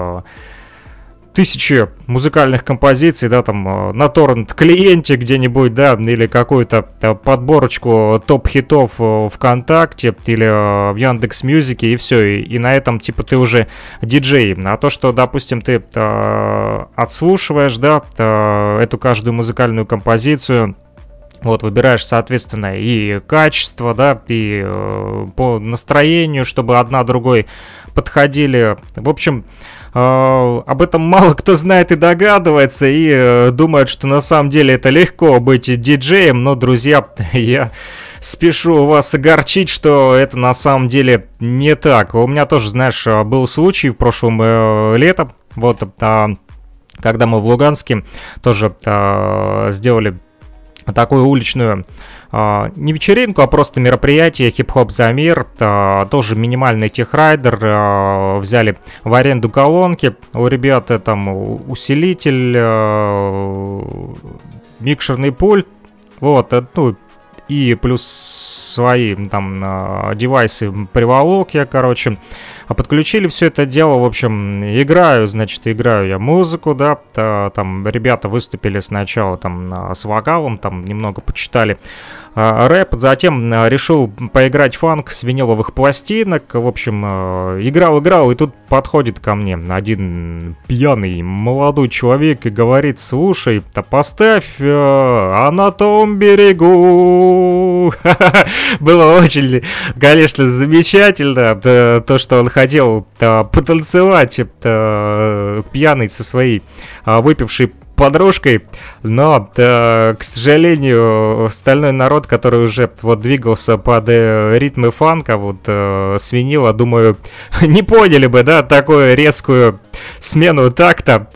тысячи музыкальных композиций, да, там, на торрент-клиенте где-нибудь, да, или какую-то подборочку топ-хитов ВКонтакте или в Яндекс.Мьюзике, и все, и на этом, типа, ты уже диджей. А то, что, допустим, ты отслушиваешь, да, эту каждую музыкальную композицию, вот, выбираешь, соответственно, и качество, да, и по настроению, чтобы одна другой подходили. В общем, об этом мало кто знает и догадывается, и думает, что на самом деле это легко быть диджеем, но, друзья, я спешу вас огорчить, что это на самом деле не так. У меня тоже, знаешь, был случай в прошлом летом, вот, когда мы в Луганске тоже сделали такую уличную, не вечеринку, а просто мероприятие «Хип-хоп за мир», тоже минимальный техрайдер, взяли в аренду колонки, у ребят там усилитель, микшерный пульт, вот, ну, и плюс свои там девайсы приволок я, короче, подключили все это дело, в общем, играю я музыку, да, там ребята выступили сначала там с вокалом, там немного почитали рэп, затем решил поиграть фанк с виниловых пластинок, в общем, играл, и тут подходит ко мне один пьяный молодой человек и говорит: слушай, да поставь «А на том берегу». Было очень, конечно, замечательно, то, что он хотел потанцевать пьяный со своей выпившей подружкой, но, к сожалению, остальной народ, который уже вот двигался под ритмы фанка, вот с винила, думаю, не поняли бы, да, такую резкую смену такта.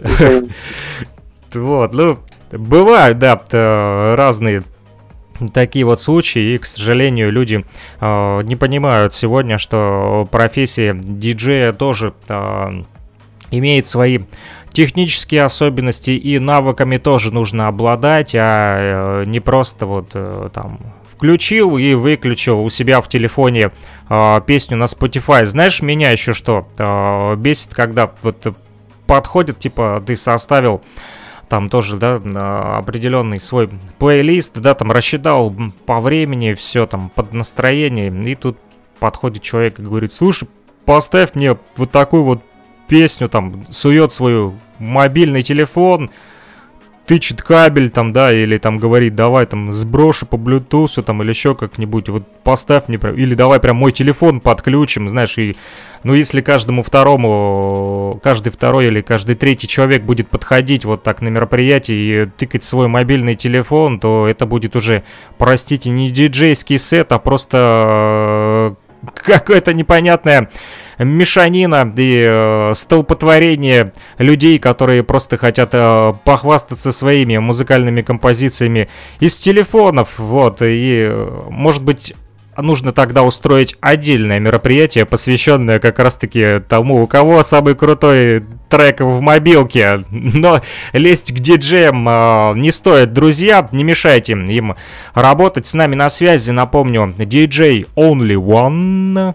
Вот, ну, бывают, да, разные такие вот случаи, и, к сожалению, люди не понимают сегодня, что профессия диджея тоже имеет свои технические особенности, и навыками тоже нужно обладать, а не просто вот там включил и выключил у себя в телефоне песню на Spotify. Знаешь, меня еще что бесит, когда вот подходит, типа, ты составил там тоже, да, определенный свой плейлист, да, там рассчитал по времени все там под настроение, и тут подходит человек и говорит: слушай, поставь мне вот такую вот песню, там, сует свой мобильный телефон, тычет кабель, там, да, или там говорит: давай там сброшу по блютусу, там, или еще как-нибудь, вот поставь мне, или давай прям мой телефон подключим, знаешь, и, ну, если каждый второй или каждый третий человек будет подходить вот так на мероприятии и тыкать свой мобильный телефон, то это будет уже, простите, не диджейский сет, а просто какое-то непонятное мешанина и столпотворение людей, которые просто хотят похвастаться своими музыкальными композициями из телефонов, вот, и, может быть, нужно тогда устроить отдельное мероприятие, посвященное как раз-таки тому, у кого самый крутой трек в мобилке, но лезть к диджеям не стоит, друзья, не мешайте им работать. С нами на связи, напомню, диджей Only One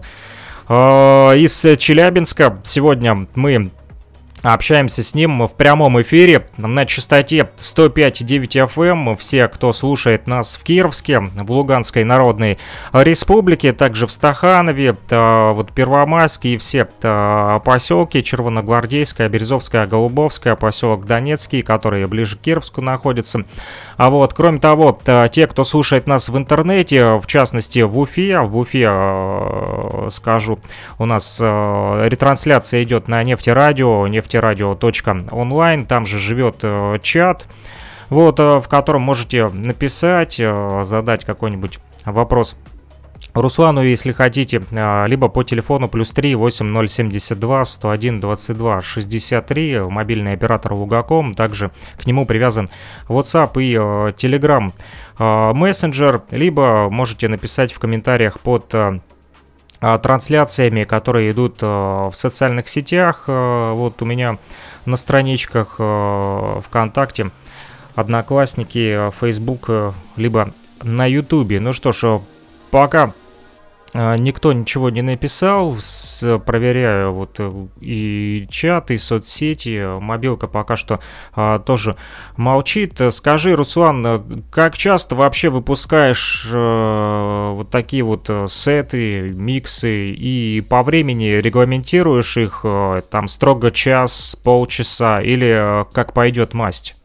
из Челябинска. Сегодня мы общаемся с ним в прямом эфире на частоте 105,9 FM. Все, кто слушает нас в Кировске, в Луганской Народной Республике, также в Стаханове, вот Первомайске и все поселки: Червоногвардейская, Березовская, Голубовская, поселок Донецкий, которые ближе к Кировску находятся. А вот, кроме того, те, кто слушает нас в интернете, в частности в Уфе, скажу, у нас ретрансляция идет на Нефтерадио, radio.online, там же живет чат, вот, в котором можете написать, задать какой-нибудь вопрос Руслану, если хотите, либо по телефону +3 8072 101 22 63, мобильный оператор Лугаком, также к нему привязан WhatsApp и Telegram мессенджер, либо можете написать в комментариях под трансляциями, которые идут в социальных сетях, вот у меня на страничках ВКонтакте, Одноклассники, Facebook, либо на Ютубе. Ну что ж, пока никто ничего не написал, проверяю вот и чат, и соцсети, мобилка пока что тоже молчит. Скажи, Руслан, как часто вообще выпускаешь вот такие вот сеты, миксы, и по времени регламентируешь их, там строго час, полчаса, или как пойдет масть?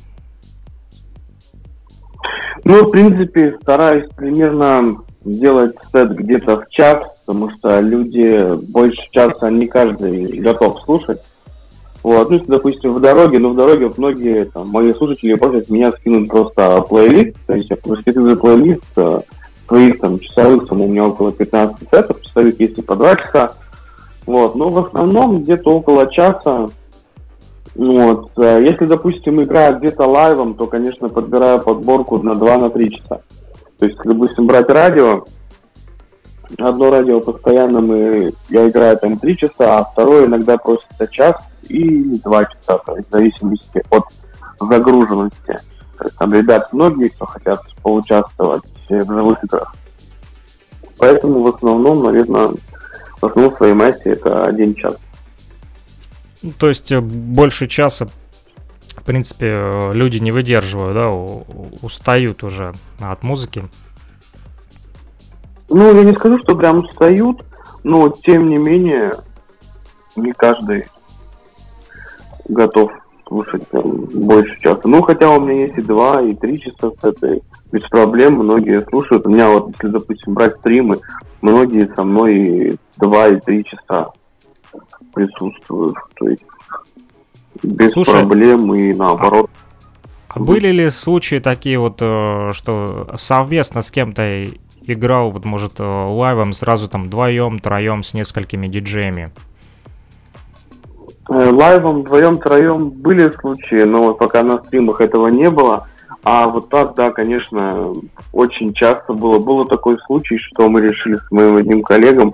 Ну, в принципе, стараюсь примерно делать сет где-то в час, потому что люди больше часа не каждый готов слушать. Вот, ну, если, допустим, в дороге вот многие там, мои слушатели просят меня скинуть просто плейлист, то есть я просто скидываю плейлист своих там часовых, у меня около 15 сетов, часовых есть и по 2 часа. Вот, но в основном где-то около часа. Вот. Если, допустим, играю где-то лайвом, то, конечно, подбираю подборку на 2-3 часа. То есть, допустим, брать радио, одно радио постоянно я играю там 3 часа, а второе иногда просится час и 2 часа, то есть в зависимости от загруженности. То есть там ребят многие, кто хотят поучаствовать в живых играх. Поэтому в основном, наверное, в основном своей массе это 1 час. То есть больше часа, в принципе, люди не выдерживают, да, устают уже от музыки. Ну, я не скажу, что прям устают, но тем не менее не каждый готов слушать там больше часа. Ну, хотя у меня есть и 2, и 3 часа с этой, без проблем, многие слушают. У меня вот, если, допустим, брать стримы, многие со мной и 2, и 3 часа присутствуют, то есть без проблем и наоборот. А были ли случаи такие вот, что совместно с кем-то играл, вот может лайвом сразу там вдвоем, троем с несколькими диджеями? Лайвом вдвоем, троем были случаи, но вот пока на стримах этого не было. А вот так, да, конечно, очень часто было. Был такой случай, что мы решили с моим одним коллегой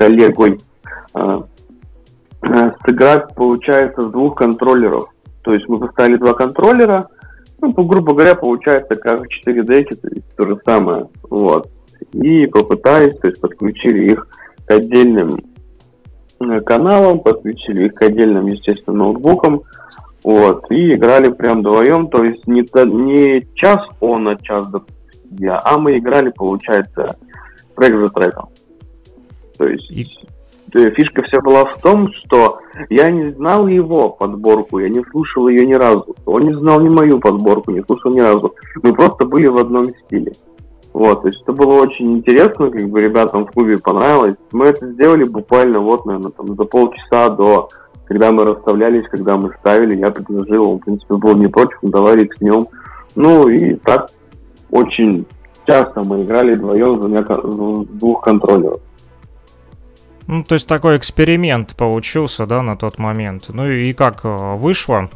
сыграть, получается, с 2 контроллеров. То есть мы поставили 2 контроллера, ну, грубо говоря, получается как 4 деки, то есть то же самое. Вот. И попытались, то есть подключили их к отдельным каналам, подключили их к отдельным, естественно, ноутбукам. Вот. И играли прям вдвоем, то есть не час он, а час я, а мы играли, получается, трек за треком. То есть фишка вся была в том, что я не знал его подборку, я не слушал ее ни разу. Он не знал ни мою подборку, не слушал ни разу. Мы просто были в одном стиле. Вот, то есть это было очень интересно, как бы ребятам в клубе понравилось. Мы это сделали буквально вот, наверное, там, за полчаса до, когда мы расставлялись, когда мы ставили, я предложил, он, в принципе, был не против, мы давай рискнем. Ну и так очень часто мы играли вдвоем с 2 контроллеров. Ну, то есть такой эксперимент получился, да, на тот момент. Ну и как вышло?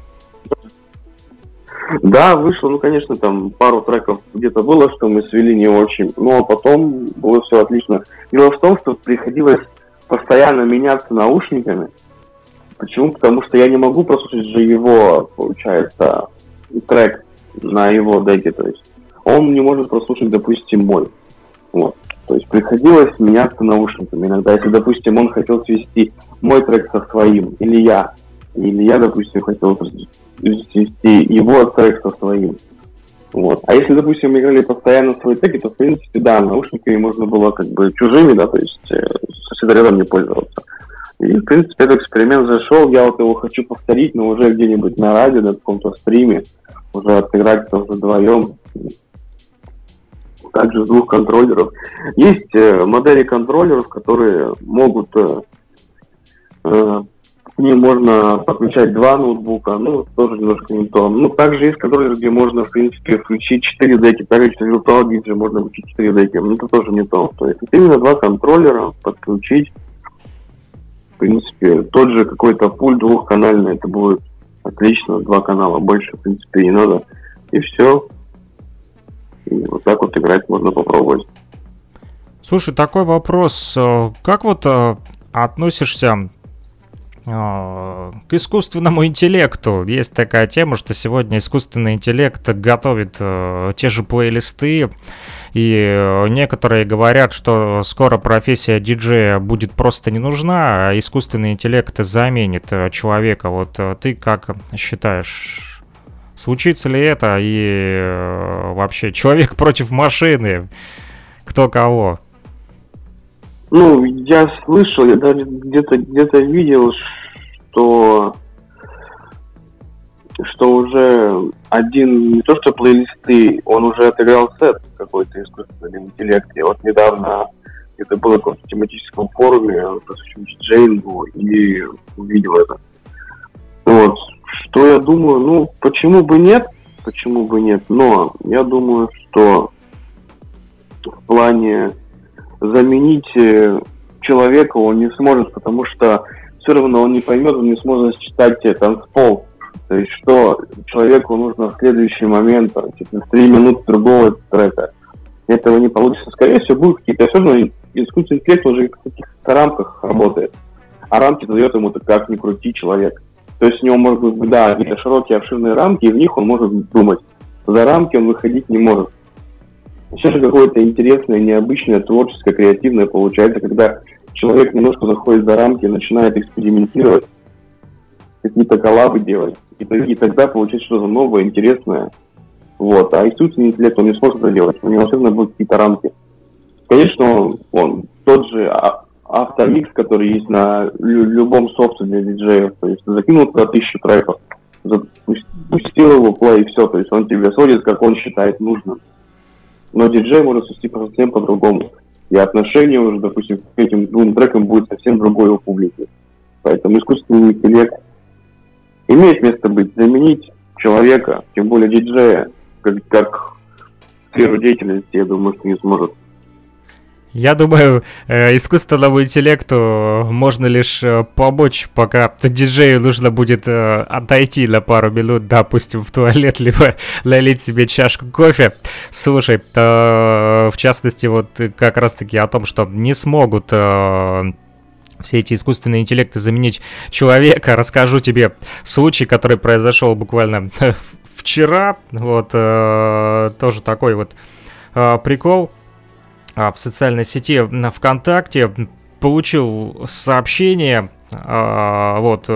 Да, вышло, ну, конечно, там пару треков где-то было, что мы свели не очень, но потом было все отлично. Дело в том, что приходилось постоянно меняться наушниками. Почему? Потому что я не могу прослушать же его, получается, трек на его деке, то есть он не может прослушать, допустим, мой. Вот. То есть приходилось меняться наушниками иногда. Если, допустим, он хотел свести мой трек со своим, или я, допустим, хотел свести его трек со своим. Вот. А если, допустим, мы играли постоянно свои треки, то, в принципе, да, наушниками можно было как бы чужими, да, то есть сосед рядом не пользоваться. И, в принципе, этот эксперимент зашел, я вот его хочу повторить, но уже где-нибудь на радио, на каком-то стриме, уже отыграть это уже вдвоем. Также с 2 контроллеров. Есть модели контроллеров, которые могут к ним можно подключать 2 ноутбука, ну, тоже немножко не то. Ну, также есть контроллер, где можно, в принципе, включить 4 деки, также через Virtual DJ можно включить 4 деки, но это тоже не то. То есть, именно 2 контроллера подключить, в принципе, тот же какой-то пульт двухканальный, это будет отлично, 2 канала, больше, в принципе, не надо, и все. И вот так вот играть можно попробовать. Слушай, такой вопрос. Как вот относишься к искусственному интеллекту? Есть такая тема, что сегодня искусственный интеллект готовит те же плейлисты, и некоторые говорят, что скоро профессия диджея будет просто не нужна, а искусственный интеллект заменит человека. Вот ты как считаешь, случится ли это, и вообще человек против машины, кто кого? Ну, я слышал, я даже где-то видел, что уже один, не то что плейлисты, он уже отыграл сет какой-то искусственный интеллект. Я вот недавно это было в каком-то тематическом форуме, посвященном диджеингу, и увидел это. Вот. Что я думаю? Ну, почему бы нет? Но я думаю, что в плане заменить человека он не сможет, потому что все равно он не поймет, он не сможет считать танцпол. То есть, что человеку нужно в следующий момент, типа, 3 минуты другого трека. Этого не получится. Скорее всего, будут какие-то... Все равно искусственный интеллект уже в каких-то рамках работает. А рамки задает ему как ни крути человек. То есть, у него может быть, да, какие-то широкие, обширные рамки, и в них он может думать. За рамки он выходить не может. Все же какое-то интересное, необычное, творческое, креативное получается, когда человек немножко заходит за рамки, начинает экспериментировать, какие-то коллабы делать, и тогда получается что-то новое, интересное. Вот. А искусственный интеллект, он не сможет это делать, у него все равно будут какие-то рамки. Конечно, он тот же автомикс, который есть на любом софте для диджеев, то есть закинул туда 1000 треков, запустил его плей, и все, то есть он тебе сводит, как он считает нужным. Но диджей может свести совсем по-другому. И отношение уже, допустим, к этим 2 трекам будет совсем другое у публики. Поэтому искусственный интеллект имеет место быть. Заменить человека, тем более диджея, как сферу деятельности, я думаю, что не сможет. Я думаю, искусственному интеллекту можно лишь помочь, пока диджею нужно будет отойти на пару минут, допустим, в туалет, либо налить себе чашку кофе. Слушай, в частности, вот как раз-таки о том, что не смогут все эти искусственные интеллекты заменить человека, расскажу тебе случай, который произошел буквально вчера. Вот тоже такой вот прикол. В социальной сети ВКонтакте получил сообщение, вот,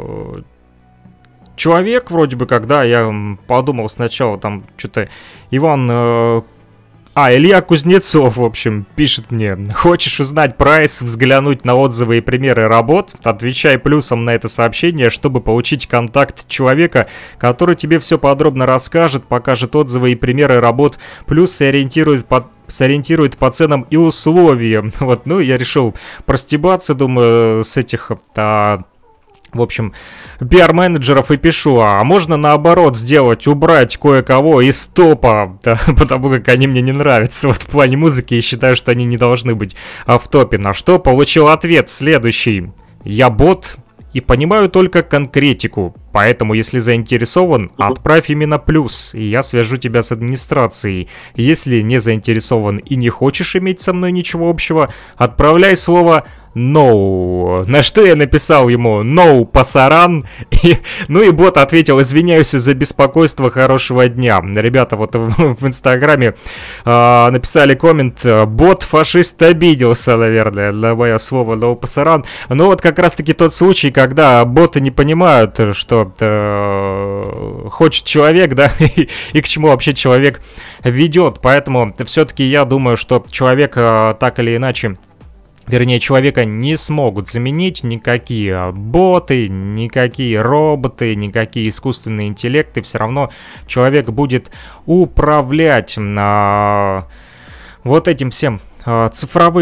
человек вроде бы, когда я подумал сначала, там, что-то Иван... Илья Кузнецов, в общем, пишет мне: хочешь узнать прайс, взглянуть на отзывы и примеры работ? Отвечай плюсом на это сообщение, чтобы получить контакт человека, который тебе все подробно расскажет, покажет отзывы и примеры работ, плюс сориентирует по ценам и условиям. Вот, ну, я решил простебаться, думаю, с этих... в общем, пиар-менеджеров и пишу: а можно наоборот сделать, убрать кое-кого из топа, да, потому как они мне не нравятся вот в плане музыки и считаю, что они не должны быть в топе. На что получил ответ следующий: я бот и понимаю только конкретику, поэтому если заинтересован, отправь именно плюс, и я свяжу тебя с администрацией. Если не заинтересован и не хочешь иметь со мной ничего общего, отправляй слово «No». На что я написал ему «No, пасаран». Ну и бот ответил: извиняюсь за беспокойство, хорошего дня. Ребята вот в Инстаграме написали коммент: бот фашист обиделся, наверное, на мое слово «No, пасаран». Но вот как раз таки тот случай, когда боты не понимают, что хочет человек, да, и к чему вообще человек ведет. Поэтому все-таки я думаю, что человек так или иначе, вернее, человека не смогут заменить никакие боты, никакие роботы, никакие искусственные интеллекты. Все равно человек будет управлять вот этим всем цифровым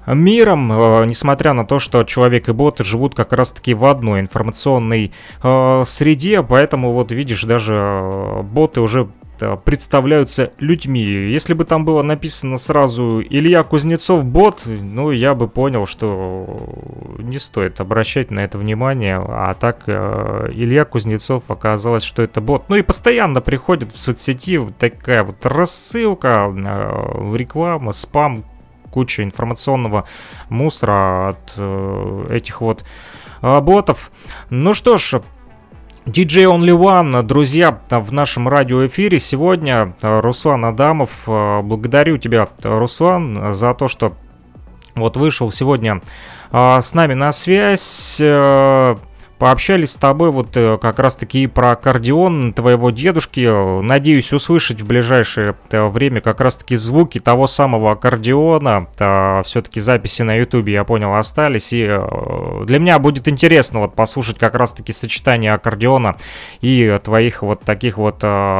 миром, несмотря на то, что человек и боты живут как раз-таки в одной информационной среде, поэтому вот видишь, даже боты уже представляются людьми. Если бы там было написано сразу Илья Кузнецов бот, ну, я бы понял, что не стоит обращать на это внимание, а так Илья Кузнецов, оказалось, что это бот. Ну и постоянно приходит в соцсети вот такая вот рассылка, реклама, спам, куча информационного мусора от этих вот ботов. Ну что ж, DJ Only One, друзья, в нашем радиоэфире сегодня Руслан Адамов. Благодарю тебя, Руслан, за то, что вот вышел сегодня с нами на связь. Пообщались с тобой вот как раз-таки и про аккордеон твоего дедушки. Надеюсь услышать в ближайшее время как раз-таки звуки того самого аккордеона. Все-таки записи на ютубе, я понял, остались. И для меня будет интересно вот послушать как раз-таки сочетание аккордеона и твоих вот таких вот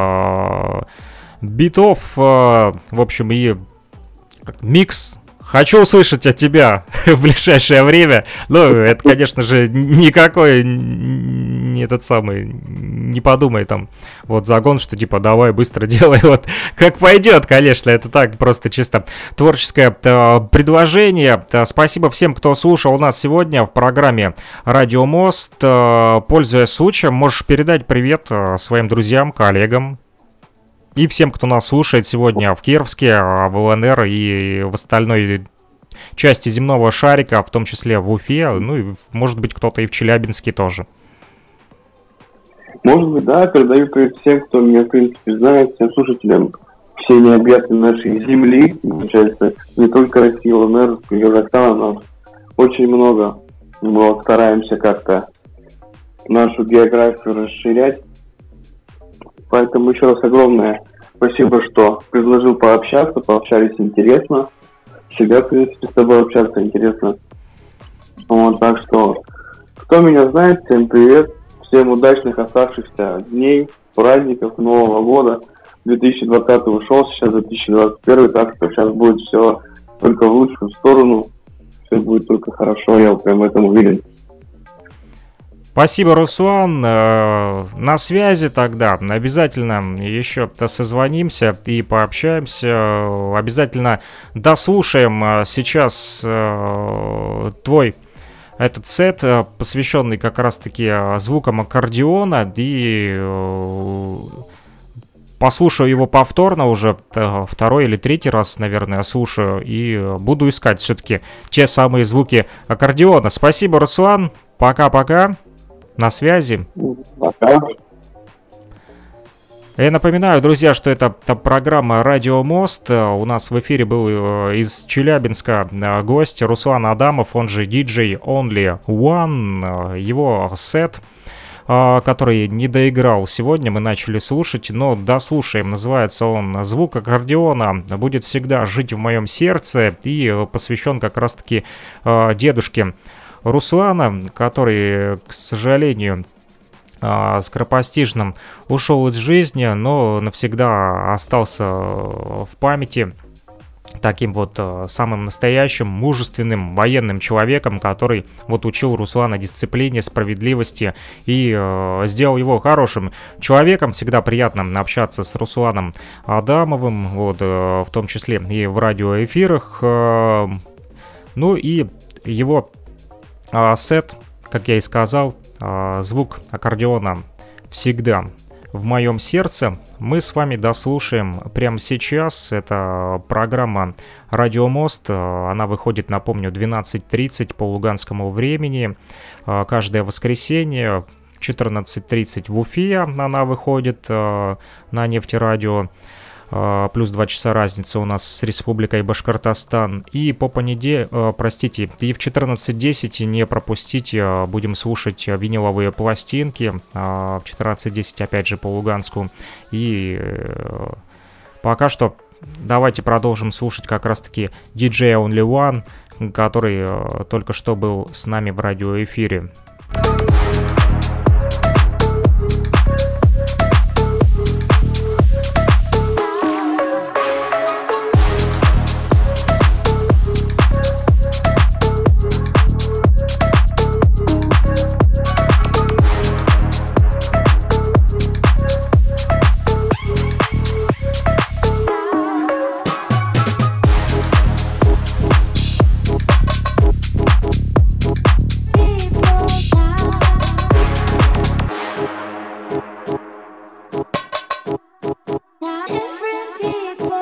битов. В общем, и микс. Хочу услышать от тебя в ближайшее время. Ну, это, конечно же, никакой не этот самый, не подумай там, вот загон, что типа давай быстро делай, вот как пойдет, конечно, это так, просто чисто творческое предложение. Спасибо всем, кто слушал нас сегодня в программе «Радио Мост». Пользуясь случаем, можешь передать привет своим друзьям, коллегам. И всем, кто нас слушает сегодня в Кировске, в ЛНР и в остальной части земного шарика, в том числе в Уфе, ну и, может быть, кто-то и в Челябинске тоже. Может быть, да, передаю привет всем, кто меня, в принципе, знает, всем слушателям всей необъятной нашей земли, получается, не только России, ЛНР, Казахстана, но очень много. Мы вот стараемся как-то нашу географию расширять. Поэтому еще раз огромное спасибо, что предложил пообщаться, пообщались интересно. Всегда, в принципе, с тобой общаться интересно. Вот, так что, кто меня знает, всем привет. Всем удачных оставшихся дней, праздников, Нового года. 2020 ушел, сейчас 2021, так что сейчас будет все только в лучшую сторону. Все будет только хорошо, я прям в этом уверен. Спасибо, Руслан. На связи тогда. Обязательно еще созвонимся и пообщаемся. Обязательно дослушаем сейчас твой этот сет, посвященный как раз-таки звукам аккордеона. И послушаю его повторно уже второй или третий раз, наверное, слушаю. И буду искать все-таки те самые звуки аккордеона. Спасибо, Руслан. Пока-пока. На связи. Пока. Я напоминаю, друзья, что это программа «Радио Мост». У нас в эфире был из Челябинска гость Руслан Адамов, он же DJ Only One. Его сет, который не доиграл сегодня, мы начали слушать, но дослушаем. Называется он «Звук аккордеона будет всегда жить в моем сердце» и посвящен как раз-таки дедушке Руслана, который, к сожалению, скоропостижно ушел из жизни, но навсегда остался в памяти таким вот самым настоящим, мужественным военным человеком, который вот учил Руслана дисциплине, справедливости и сделал его хорошим человеком. Всегда приятно общаться с Русланом Адамовым, вот, в том числе и в радиоэфирах. Ну и его сет, как я и сказал, звук аккордеона всегда в моем сердце. Мы с вами дослушаем прямо сейчас. Это программа «Радио Мост». Она выходит, напомню, 12:30 по луганскому времени. Каждое воскресенье 14:30 в Уфе она выходит на Нефтерадио. Плюс 2 часа разница у нас с Республикой Башкортостан. И по и в 14:10 не пропустите, будем слушать виниловые пластинки. В 14:10 опять же по Луганску. И пока что давайте продолжим слушать как раз-таки DJ Only One, который только что был с нами в радиоэфире.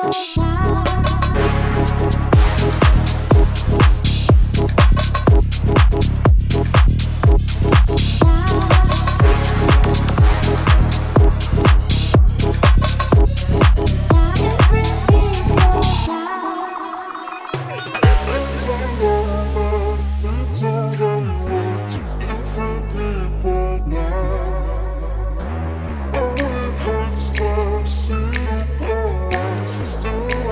See the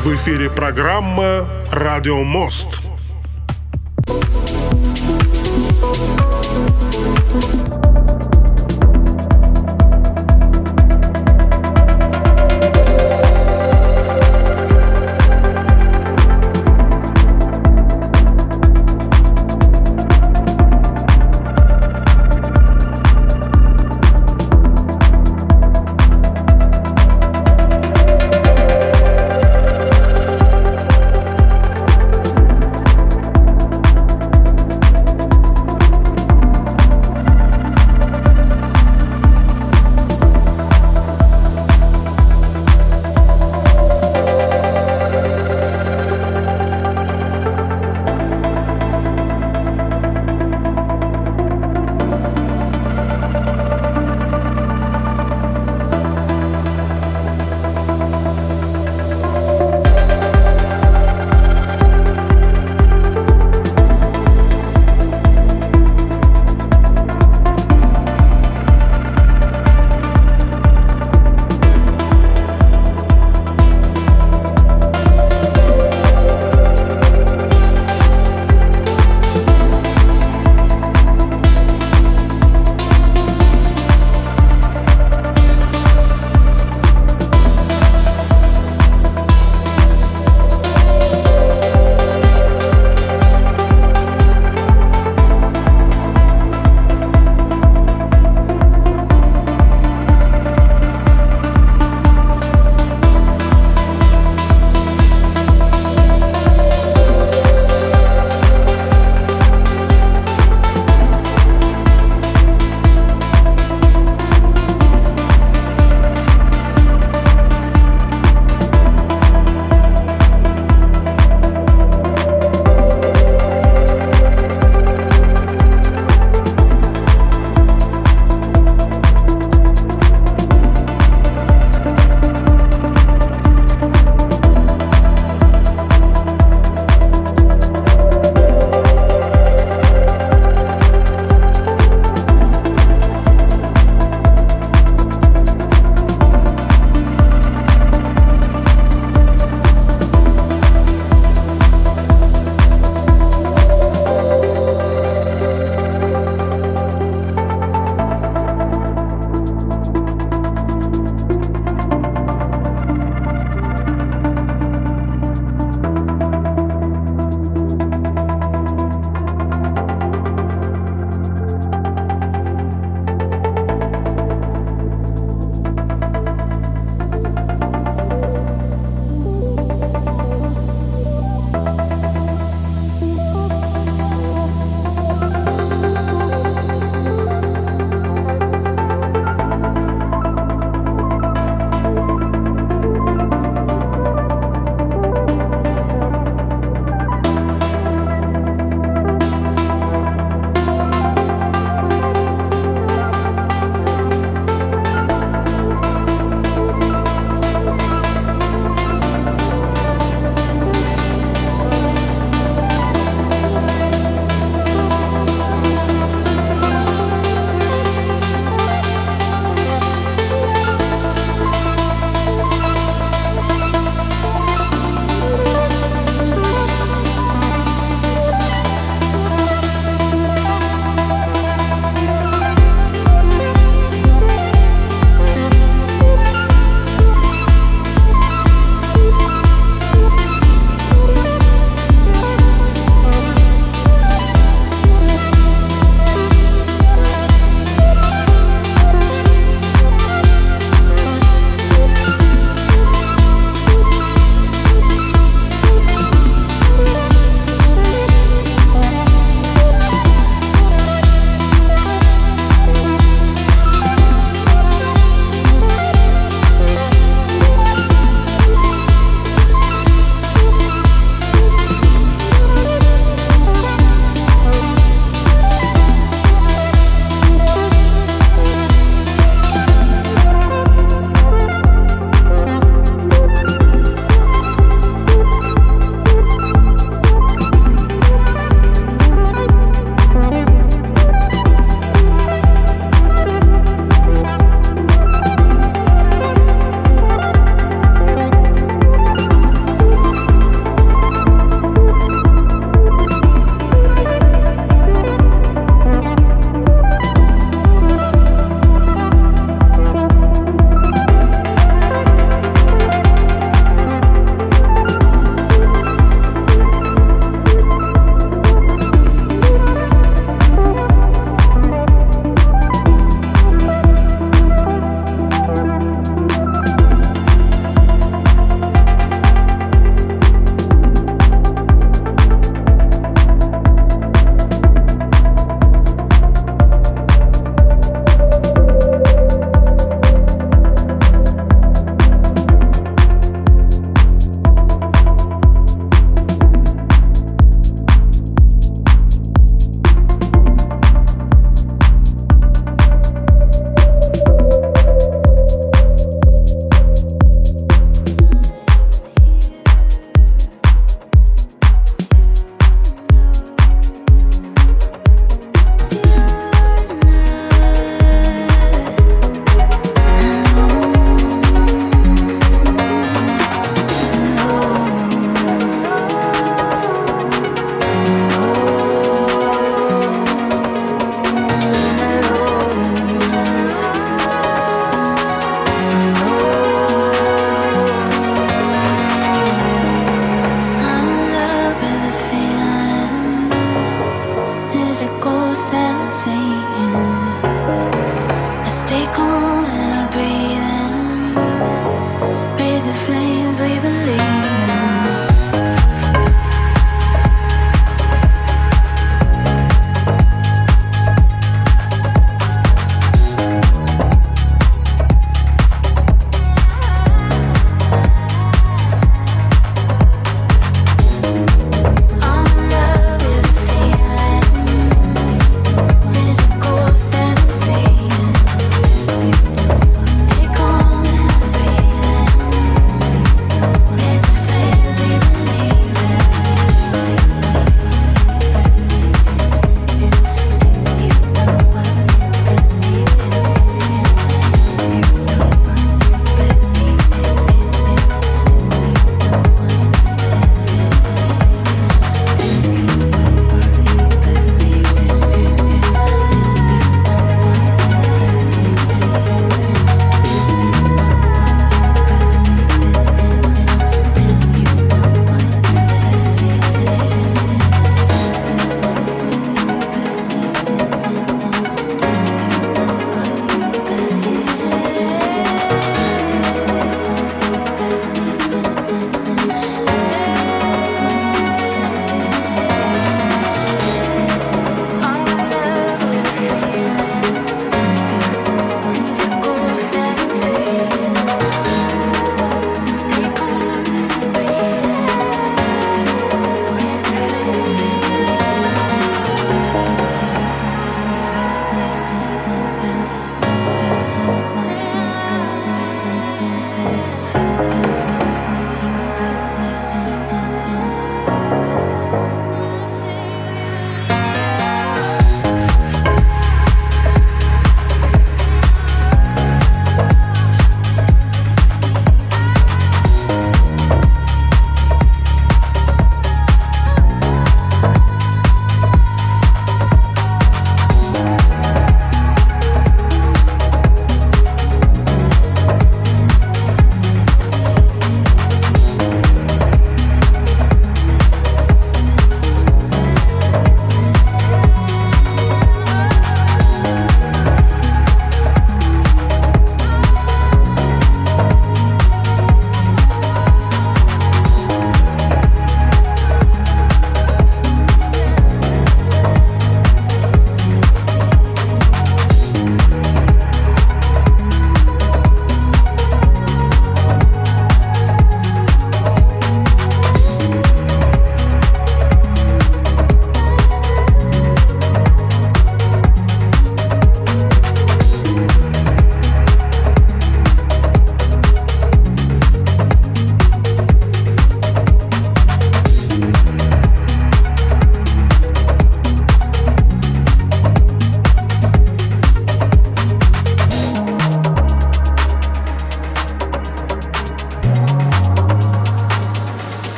В эфире программа «Радио Мост».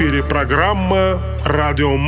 эфире программа «Радио Мост».